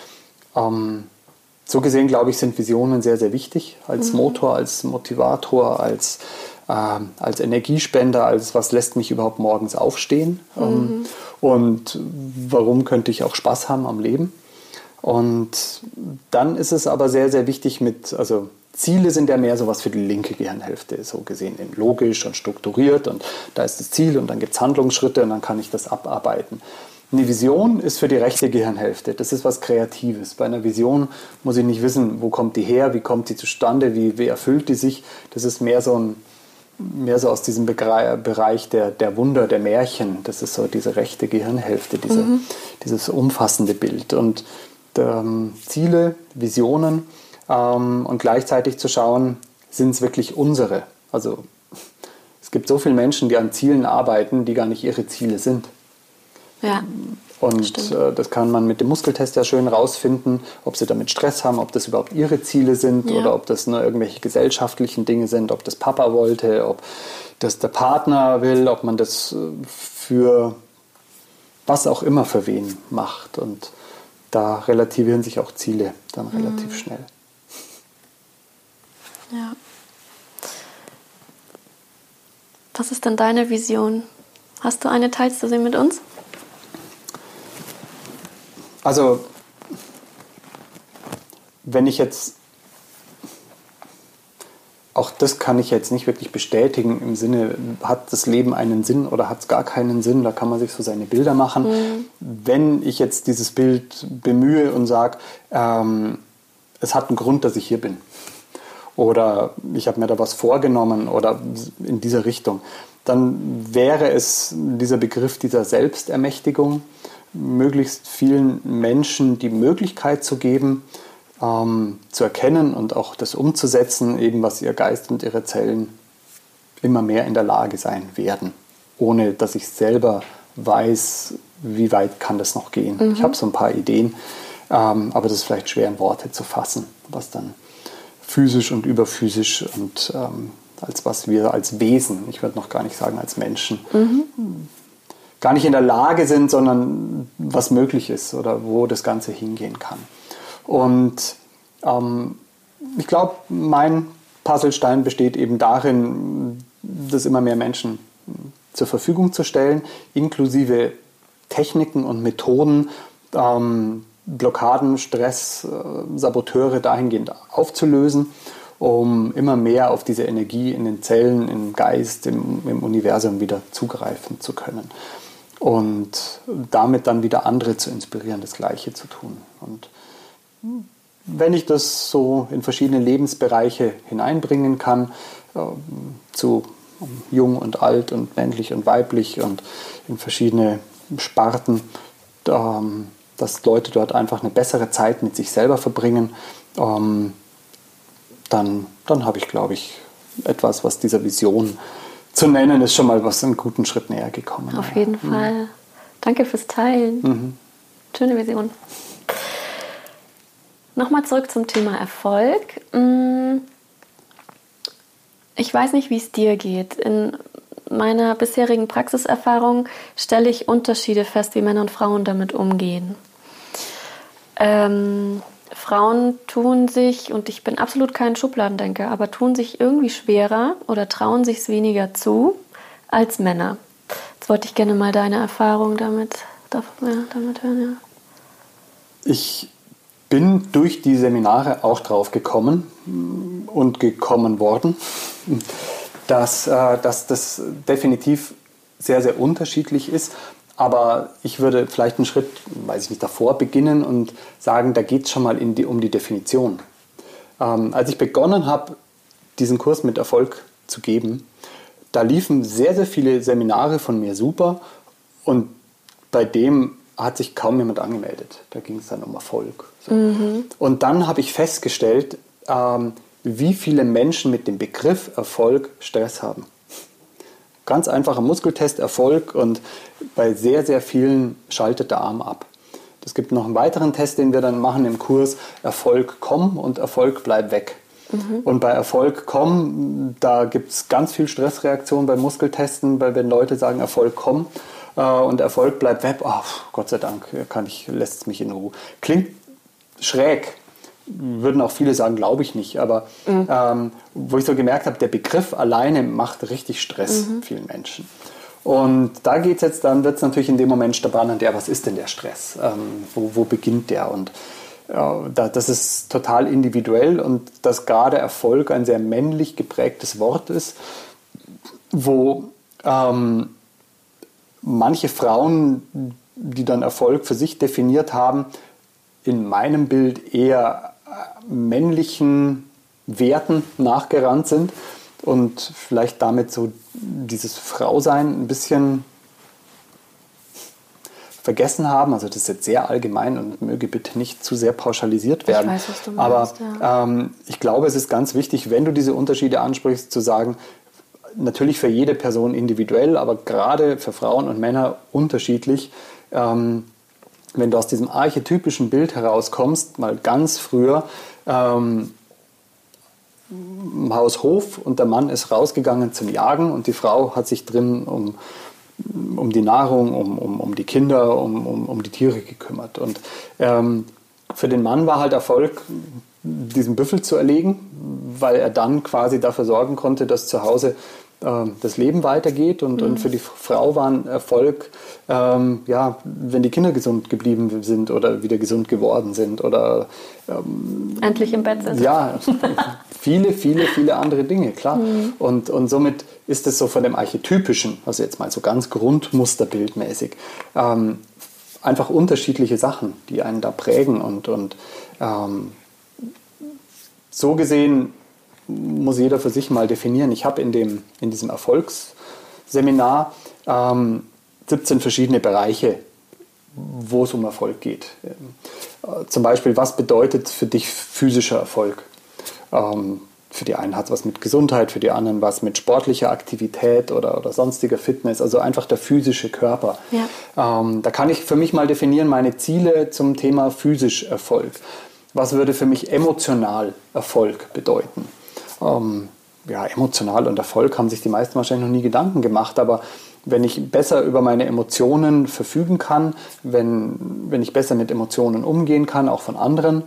So gesehen, glaube ich, sind Visionen sehr, sehr wichtig als Motor, als Motivator, als Energiespender, als was lässt mich überhaupt morgens aufstehen und warum könnte ich auch Spaß haben am Leben. Und dann ist es aber sehr, sehr wichtig also Ziele sind ja mehr sowas für die linke Gehirnhälfte, so gesehen logisch und strukturiert und da ist das Ziel und dann gibt es Handlungsschritte und dann kann ich das abarbeiten. Eine Vision ist für die rechte Gehirnhälfte, das ist was Kreatives. Bei einer Vision muss ich nicht wissen, wo kommt die her, wie kommt sie zustande, wie erfüllt die sich. Das ist mehr so aus diesem Bereich der Wunder, der Märchen. Das ist so diese rechte Gehirnhälfte, dieses umfassende Bild. Und Ziele, Visionen und gleichzeitig zu schauen, sind es wirklich unsere? Also es gibt so viele Menschen, die an Zielen arbeiten, die gar nicht ihre Ziele sind. Ja, und das kann man mit dem Muskeltest ja schön rausfinden, ob sie damit Stress haben, ob das überhaupt ihre Ziele sind oder ob das nur irgendwelche gesellschaftlichen Dinge sind, ob das Papa wollte, ob das der Partner will, ob man das für was auch immer für wen macht. Und da relativieren sich auch Ziele dann relativ schnell. Ja. Was ist denn deine Vision? Hast du eine? Teilst du sie mit uns? Also, wenn ich jetzt, auch das kann ich jetzt nicht wirklich bestätigen im Sinne, hat das Leben einen Sinn oder hat es gar keinen Sinn, da kann man sich so seine Bilder machen. Wenn ich jetzt dieses Bild bemühe und sage, es hat einen Grund, dass ich hier bin oder ich habe mir da was vorgenommen oder in dieser Richtung, dann wäre es dieser Begriff dieser Selbstermächtigung, möglichst vielen Menschen die Möglichkeit zu geben, zu erkennen und auch das umzusetzen, eben was ihr Geist und ihre Zellen immer mehr in der Lage sein werden, ohne dass ich selber weiß, wie weit kann das noch gehen. Ich habe so ein paar Ideen, aber das ist vielleicht schwer in Worte zu fassen, was dann physisch und überphysisch und als was wir als Wesen, ich würde noch gar nicht sagen als Menschen, gar nicht in der Lage sind, sondern was möglich ist oder wo das Ganze hingehen kann. Und ich glaube, mein Puzzlestein besteht eben darin, das immer mehr Menschen zur Verfügung zu stellen, inklusive Techniken und Methoden, Blockaden, Stress, Saboteure dahingehend aufzulösen, um immer mehr auf diese Energie in den Zellen, im Geist, im Universum wieder zugreifen zu können. Und damit dann wieder andere zu inspirieren, das Gleiche zu tun. Und wenn ich das so in verschiedene Lebensbereiche hineinbringen kann, zu jung und alt und männlich und weiblich und in verschiedene Sparten, dass Leute dort einfach eine bessere Zeit mit sich selber verbringen, dann habe ich, glaube ich, etwas, was dieser Vision zu nennen, ist schon mal was einen guten Schritt näher gekommen. Auf jeden Fall. Danke fürs Teilen. Schöne Vision. Nochmal zurück zum Thema Erfolg. Ich weiß nicht, wie es dir geht. In meiner bisherigen Praxiserfahrung stelle ich Unterschiede fest, wie Männer und Frauen damit umgehen. Frauen tun sich, und ich bin absolut kein Schubladendenker, aber tun sich irgendwie schwerer oder trauen sich es weniger zu als Männer. Jetzt wollte ich gerne mal deine Erfahrung damit hören. Ja. Ich bin durch die Seminare auch drauf gekommen und gekommen worden, dass das definitiv sehr, sehr unterschiedlich ist. Aber ich würde vielleicht einen Schritt, weiß ich nicht, davor beginnen und sagen, da geht es schon mal um die Definition. Als ich begonnen habe, diesen Kurs mit Erfolg zu geben, da liefen sehr, sehr viele Seminare von mir super und bei dem hat sich kaum jemand angemeldet. Da ging es dann um Erfolg. So. Und dann habe ich festgestellt, wie viele Menschen mit dem Begriff Erfolg Stress haben. Ganz einfacher Muskeltest, Erfolg, und bei sehr, sehr vielen schaltet der Arm ab. Es gibt noch einen weiteren Test, den wir dann machen im Kurs, Erfolg komm und Erfolg bleib weg. Und bei Erfolg kommen, da gibt es ganz viel Stressreaktion bei Muskeltesten, wenn Leute sagen, Erfolg kommen und Erfolg bleibt weg. Oh, Gott sei Dank, lässt es mich in Ruhe. Klingt schräg, würden auch viele sagen, glaube ich nicht. Aber wo ich so gemerkt habe, der Begriff alleine macht richtig Stress vielen Menschen. Und da geht's jetzt, dann wird es natürlich in dem Moment spannend, ja, was ist denn der Stress? Wo beginnt der? Und das ist total individuell und dass gerade Erfolg ein sehr männlich geprägtes Wort ist, wo manche Frauen, die dann Erfolg für sich definiert haben, in meinem Bild eher männlichen Werten nachgerannt sind und vielleicht damit so dieses Frausein ein bisschen vergessen haben. Also das ist jetzt sehr allgemein und möge bitte nicht zu sehr pauschalisiert werden. Ich weiß, was du meinst, aber ich glaube, es ist ganz wichtig, wenn du diese Unterschiede ansprichst, zu sagen, natürlich für jede Person individuell, aber gerade für Frauen und Männer unterschiedlich. Wenn du aus diesem archetypischen Bild herauskommst, mal ganz früher, Haus, Hof und der Mann ist rausgegangen zum Jagen und die Frau hat sich drin um die Nahrung, um die Kinder, um die Tiere gekümmert. Und für den Mann war halt Erfolg, diesen Büffel zu erlegen, weil er dann quasi dafür sorgen konnte, dass zu Hause das Leben weitergeht. Und für die Frau war ein Erfolg, wenn die Kinder gesund geblieben sind oder wieder gesund geworden sind. Oder endlich im Bett sind. Ja, viele andere Dinge, klar. Und somit ist es so von dem Archetypischen, also jetzt mal so ganz grundmusterbildmäßig, einfach unterschiedliche Sachen, die einen da prägen. Und so gesehen muss jeder für sich mal definieren. Ich habe in diesem Erfolgsseminar 17 verschiedene Bereiche, wo es um Erfolg geht. Zum Beispiel, was bedeutet für dich physischer Erfolg? Für die einen hat es was mit Gesundheit, für die anderen was mit sportlicher Aktivität oder sonstiger Fitness, also einfach der physische Körper. Ja. Da kann ich für mich mal definieren, meine Ziele zum Thema physisch Erfolg. Was würde für mich emotional Erfolg bedeuten? Emotional und Erfolg haben sich die meisten wahrscheinlich noch nie Gedanken gemacht, aber wenn ich besser über meine Emotionen verfügen kann, wenn ich besser mit Emotionen umgehen kann, auch von anderen,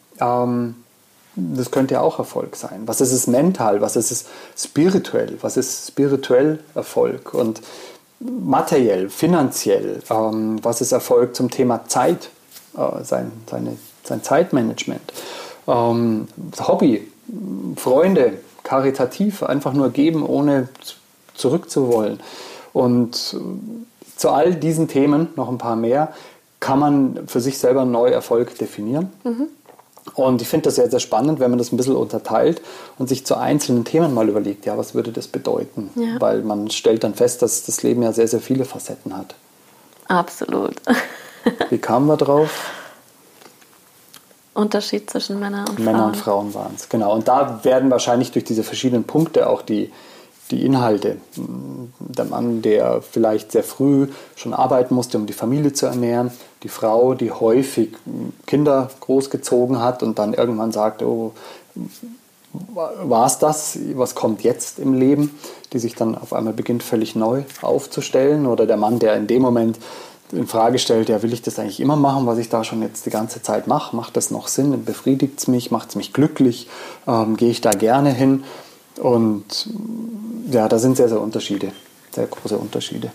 das könnte ja auch Erfolg sein. Was ist es mental? Was ist es spirituell? Was ist spirituell Erfolg? Und materiell, finanziell, was ist Erfolg zum Thema Zeit? Sein Zeitmanagement. Hobby, Freunde, karitativ, einfach nur geben, ohne zurückzuwollen. Und zu all diesen Themen, noch ein paar mehr, kann man für sich selber neu Erfolg definieren. Und ich finde das sehr, sehr spannend, wenn man das ein bisschen unterteilt und sich zu einzelnen Themen mal überlegt, ja, was würde das bedeuten? Ja. Weil man stellt dann fest, dass das Leben ja sehr, sehr viele Facetten hat. Absolut. Wie kamen wir drauf? Unterschied zwischen Männern und Frauen. Männer und Frauen waren es, genau. Und da werden wahrscheinlich durch diese verschiedenen Punkte auch die Inhalte. Der Mann, der vielleicht sehr früh schon arbeiten musste, um die Familie zu ernähren. Die Frau, die häufig Kinder großgezogen hat und dann irgendwann sagt, oh, war es das? Was kommt jetzt im Leben? Die sich dann auf einmal beginnt, völlig neu aufzustellen. Oder der Mann, der in dem Moment in Frage stellt, ja, will ich das eigentlich immer machen, was ich da schon jetzt die ganze Zeit mache? Macht das noch Sinn? Befriedigt es mich? Macht es mich glücklich? Gehe ich da gerne hin? Und ja, da sind sehr, sehr große Unterschiede.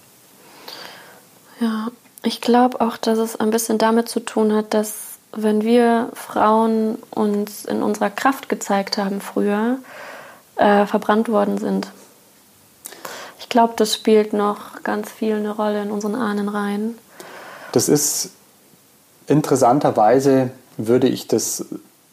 Ja, ich glaube auch, dass es ein bisschen damit zu tun hat, dass wenn wir Frauen uns in unserer Kraft gezeigt haben früher, verbrannt worden sind. Ich glaube, das spielt noch ganz viel eine Rolle in unseren Ahnenreihen. Das ist interessanterweise, würde ich das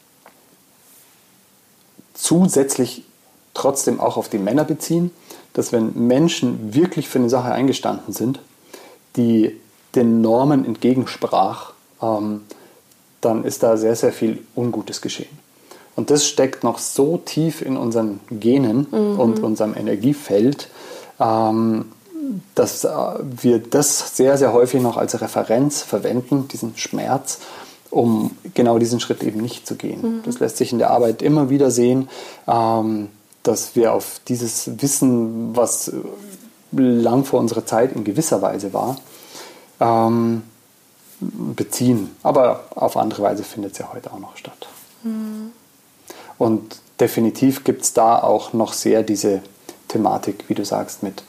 zusätzlich trotzdem auch auf die Männer beziehen, dass wenn Menschen wirklich für eine Sache eingestanden sind, die den Normen entgegensprach, dann ist da sehr, sehr viel Ungutes geschehen. Und das steckt noch so tief in unseren Genen und unserem Energiefeld, dass wir das sehr, sehr häufig noch als Referenz verwenden, diesen Schmerz, um genau diesen Schritt eben nicht zu gehen. Das lässt sich in der Arbeit immer wieder sehen, dass wir auf dieses Wissen, was lang vor unserer Zeit in gewisser Weise war, beziehen. Aber auf andere Weise findet es ja heute auch noch statt. Und definitiv gibt es da auch noch sehr diese Thematik, wie du sagst, mit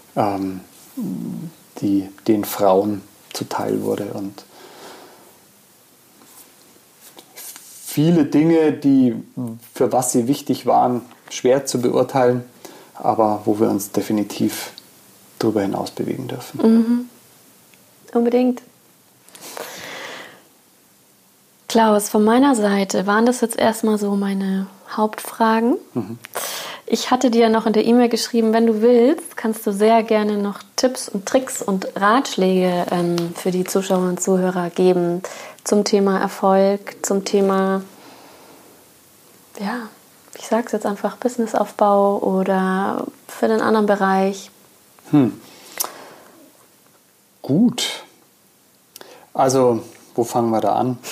die den Frauen zuteil wurde. Und viele Dinge, die für was sie wichtig waren, schwer zu beurteilen, aber wo wir uns definitiv darüber hinaus bewegen dürfen. Unbedingt. Klaus, von meiner Seite waren das jetzt erstmal so meine Hauptfragen. Ich hatte dir noch in der E-Mail geschrieben, wenn du willst, kannst du sehr gerne noch Tipps und Tricks und Ratschläge für die Zuschauer und Zuhörer geben zum Thema Erfolg, zum Thema, ja, ich sag's jetzt einfach, Businessaufbau oder für den anderen Bereich. Gut. Also, wo fangen wir da an?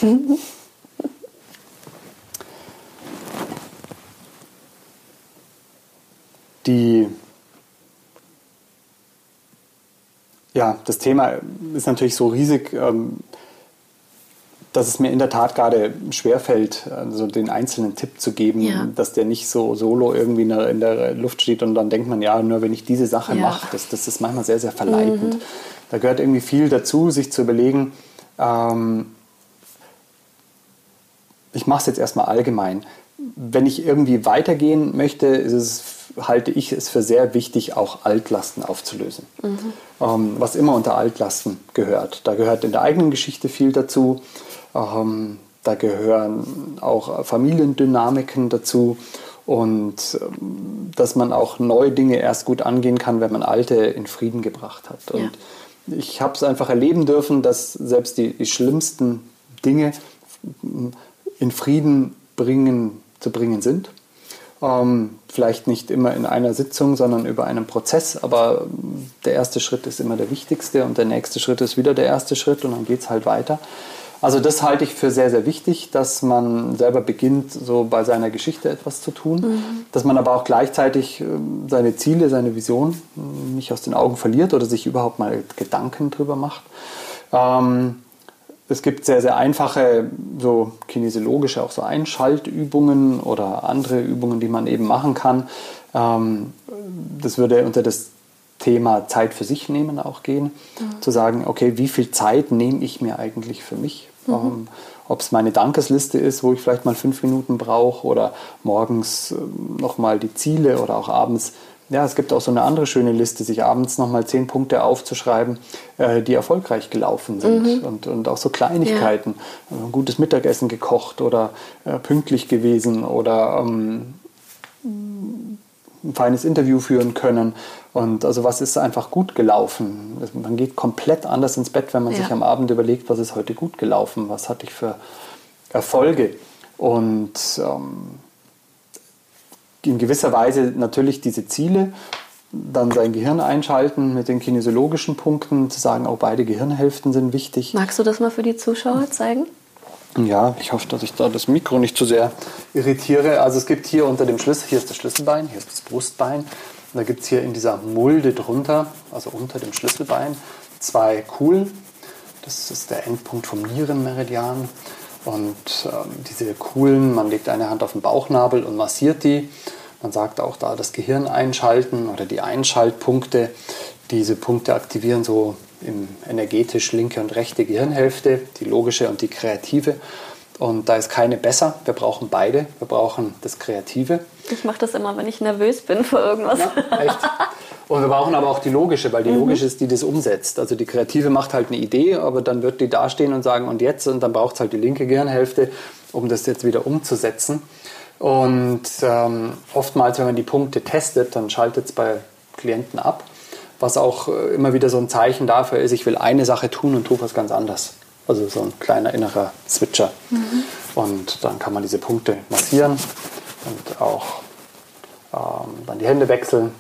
Das Thema ist natürlich so riesig, dass es mir in der Tat gerade schwerfällt, so den einzelnen Tipp zu geben, dass der nicht so solo irgendwie in der Luft steht und dann denkt man, ja, nur wenn ich diese Sache mache, das ist manchmal sehr, sehr verleitend. Da gehört irgendwie viel dazu, sich zu überlegen, ich mache es jetzt erstmal allgemein. Wenn ich irgendwie weitergehen möchte, halte ich es für sehr wichtig, auch Altlasten aufzulösen. Was immer unter Altlasten gehört. Da gehört in der eigenen Geschichte viel dazu. Da gehören auch Familiendynamiken dazu. Und dass man auch neue Dinge erst gut angehen kann, wenn man alte in Frieden gebracht hat. Und ich habe es einfach erleben dürfen, dass selbst die schlimmsten Dinge in Frieden zu bringen sind. Vielleicht nicht immer in einer Sitzung, sondern über einen Prozess, aber der erste Schritt ist immer der wichtigste und der nächste Schritt ist wieder der erste Schritt und dann geht es halt weiter. Also das halte ich für sehr, sehr wichtig, dass man selber beginnt, so bei seiner Geschichte etwas zu tun, dass man aber auch gleichzeitig seine Ziele, seine Vision nicht aus den Augen verliert oder sich überhaupt mal Gedanken drüber macht. Es gibt sehr, sehr einfache, so kinesiologische, auch so Einschaltübungen oder andere Übungen, die man eben machen kann. Das würde unter das Thema Zeit für sich nehmen auch gehen. Zu sagen, okay, wie viel Zeit nehme ich mir eigentlich für mich? Ob es meine Dankesliste ist, wo ich vielleicht mal 5 Minuten brauche oder morgens nochmal die Ziele oder auch abends. Ja, es gibt auch so eine andere schöne Liste, sich abends nochmal 10 Punkte aufzuschreiben, die erfolgreich gelaufen sind. Und auch so Kleinigkeiten. Ein gutes Mittagessen gekocht oder pünktlich gewesen oder ein feines Interview führen können. Und also was ist einfach gut gelaufen? Man geht komplett anders ins Bett, wenn man sich am Abend überlegt, was ist heute gut gelaufen? Was hatte ich für Erfolge? Und in gewisser Weise natürlich diese Ziele, dann sein Gehirn einschalten mit den kinesiologischen Punkten, zu sagen, auch beide Gehirnhälften sind wichtig. Magst du das mal für die Zuschauer zeigen? Ja, ich hoffe, dass ich da das Mikro nicht zu sehr irritiere. Also es gibt hier unter dem Schlüssel, hier ist das Schlüsselbein, hier ist das Brustbein. Und da gibt es hier in dieser Mulde drunter, also unter dem Schlüsselbein, 2 Kuhlen. Das ist der Endpunkt vom Nierenmeridian. Und diese Kuhlen, man legt eine Hand auf den Bauchnabel und massiert die. Man sagt auch da das Gehirn einschalten oder die Einschaltpunkte. Diese Punkte aktivieren so energetisch linke und rechte Gehirnhälfte, die logische und die kreative. Und da ist keine besser. Wir brauchen beide. Wir brauchen das Kreative. Ich mache das immer, wenn ich nervös bin vor irgendwas. Ja, echt. Und wir brauchen aber auch die logische, weil die logische ist, die das umsetzt. Also die Kreative macht halt eine Idee, aber dann wird die dastehen und sagen, und jetzt? Und dann braucht es halt die linke Gehirnhälfte, um das jetzt wieder umzusetzen. Und oftmals, wenn man die Punkte testet, dann schaltet es bei Klienten ab. Was auch immer wieder so ein Zeichen dafür ist, ich will eine Sache tun und tue was ganz anderes. Also so ein kleiner innerer Switcher. Und dann kann man diese Punkte massieren und auch dann die Hände wechseln.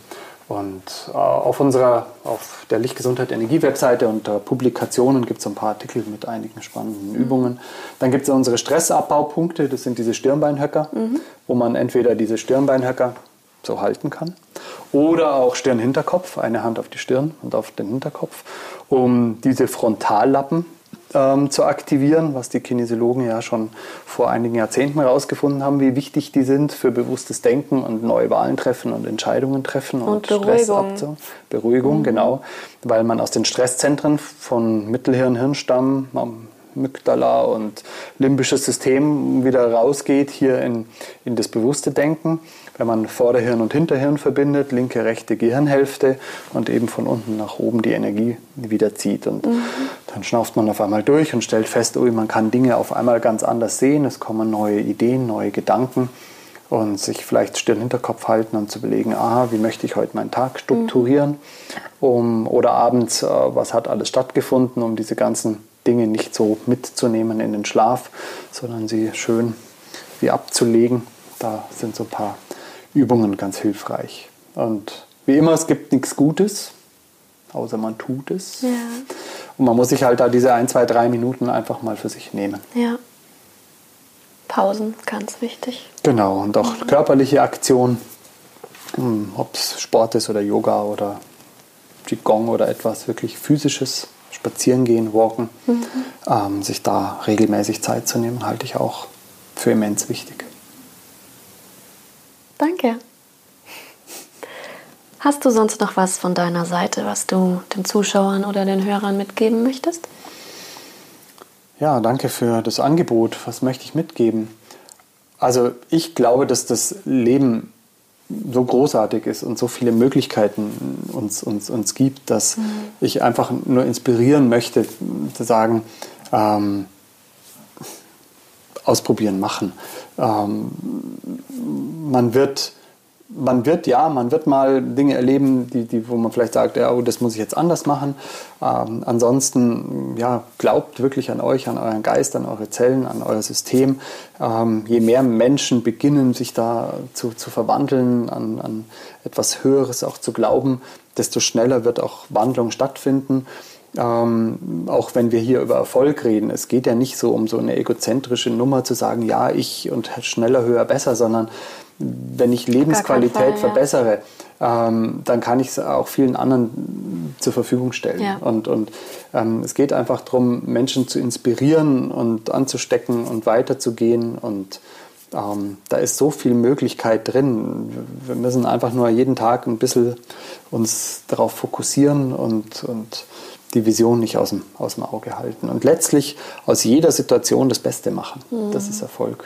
Und auf der Lichtgesundheit Energie-Webseite unter Publikationen gibt es ein paar Artikel mit einigen spannenden Übungen. Dann gibt es unsere Stressabbaupunkte, das sind diese Stirnbeinhöcker, wo man entweder diese Stirnbeinhöcker so halten kann oder auch Stirn-Hinterkopf, eine Hand auf die Stirn und auf den Hinterkopf, um diese Frontallappen zu aktivieren, was die Kinesiologen ja schon vor einigen Jahrzehnten herausgefunden haben, wie wichtig die sind für bewusstes Denken und neue Wahlen treffen und Entscheidungen treffen und Beruhigung. Beruhigung, genau, weil man aus den Stresszentren von Mittelhirn, Hirnstamm, Amygdala und limbisches System wieder rausgeht hier in das bewusste Denken. Wenn man Vorderhirn und Hinterhirn verbindet, linke, rechte Gehirnhälfte und eben von unten nach oben die Energie wieder zieht. Und dann schnauft man auf einmal durch und stellt fest, man kann Dinge auf einmal ganz anders sehen, es kommen neue Ideen, neue Gedanken und sich vielleicht Stirn-Hinterkopf halten und zu überlegen, wie möchte ich heute meinen Tag strukturieren oder abends, was hat alles stattgefunden, um diese ganzen Dinge nicht so mitzunehmen in den Schlaf, sondern sie schön wie abzulegen. Da sind so ein paar Übungen ganz hilfreich. Und wie immer, es gibt nichts Gutes, außer man tut es. Ja. Und man muss sich halt da diese 1, 2, 3 Minuten einfach mal für sich nehmen. Ja. Pausen, ganz wichtig. Genau, und auch körperliche Aktion, ob es Sport ist oder Yoga oder Qigong oder etwas wirklich Physisches, spazieren gehen, walken, sich da regelmäßig Zeit zu nehmen, halte ich auch für immens wichtig. Danke. Hast du sonst noch was von deiner Seite, was du den Zuschauern oder den Hörern mitgeben möchtest? Ja, danke für das Angebot. Was möchte ich mitgeben? Also ich glaube, dass das Leben so großartig ist und so viele Möglichkeiten uns gibt, dass ich einfach nur inspirieren möchte, zu sagen, ausprobieren, machen. Man wird mal Dinge erleben, wo man vielleicht sagt, das muss ich jetzt anders machen. Ansonsten, glaubt wirklich an euch, an euren Geist, an eure Zellen, an euer System. Je mehr Menschen beginnen, sich da zu verwandeln, an etwas Höheres auch zu glauben, desto schneller wird auch Wandlung stattfinden. Auch wenn wir hier über Erfolg reden, es geht ja nicht so um so eine egozentrische Nummer zu sagen, ja, ich und schneller, höher, besser, sondern wenn ich Lebensqualität verbessere, dann kann ich es auch vielen anderen zur Verfügung stellen. Ja. Und es geht einfach darum, Menschen zu inspirieren und anzustecken und weiterzugehen. Und da ist so viel Möglichkeit drin. Wir müssen einfach nur jeden Tag ein bisschen uns darauf fokussieren und die Vision nicht aus dem Auge halten. Und letztlich aus jeder Situation das Beste machen. Das ist Erfolg.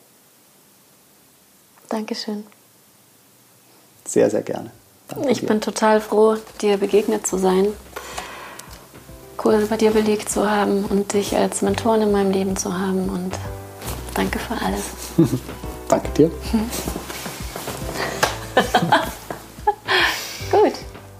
Dankeschön. Sehr, sehr gerne. Danke ich dir. Bin total froh, dir begegnet zu sein. Cool, bei dir belegt zu haben und dich als Mentorin in meinem Leben zu haben. Und danke für alles. Danke dir. Gut.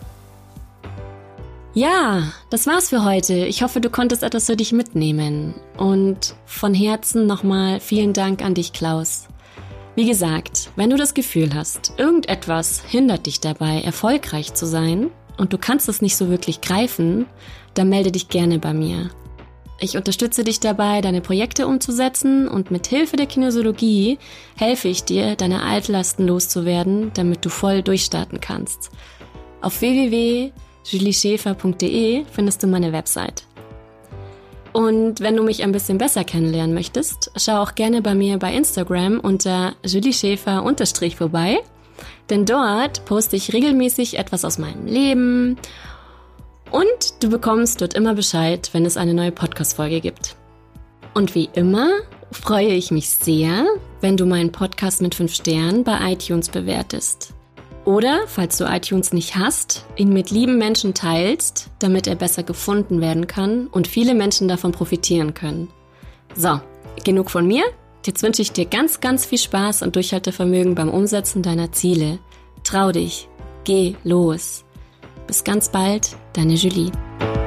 Ja, das war's für heute. Ich hoffe, du konntest etwas für dich mitnehmen. Und von Herzen nochmal vielen Dank an dich, Klaus. Wie gesagt, wenn du das Gefühl hast, irgendetwas hindert dich dabei, erfolgreich zu sein und du kannst es nicht so wirklich greifen, dann melde dich gerne bei mir. Ich unterstütze dich dabei, deine Projekte umzusetzen und mit Hilfe der Kinesiologie helfe ich dir, deine Altlasten loszuwerden, damit du voll durchstarten kannst. Auf www.julieschäfer.de findest du meine Website. Und wenn du mich ein bisschen besser kennenlernen möchtest, schau auch gerne bei mir bei Instagram unter julieschäfer_ vorbei, denn dort poste ich regelmäßig etwas aus meinem Leben und du bekommst dort immer Bescheid, wenn es eine neue Podcast-Folge gibt. Und wie immer freue ich mich sehr, wenn du meinen Podcast mit 5 Sternen bei iTunes bewertest. Oder, falls du iTunes nicht hast, ihn mit lieben Menschen teilst, damit er besser gefunden werden kann und viele Menschen davon profitieren können. So, genug von mir. Jetzt wünsche ich dir ganz, ganz viel Spaß und Durchhaltevermögen beim Umsetzen deiner Ziele. Trau dich, geh los. Bis ganz bald, deine Julie.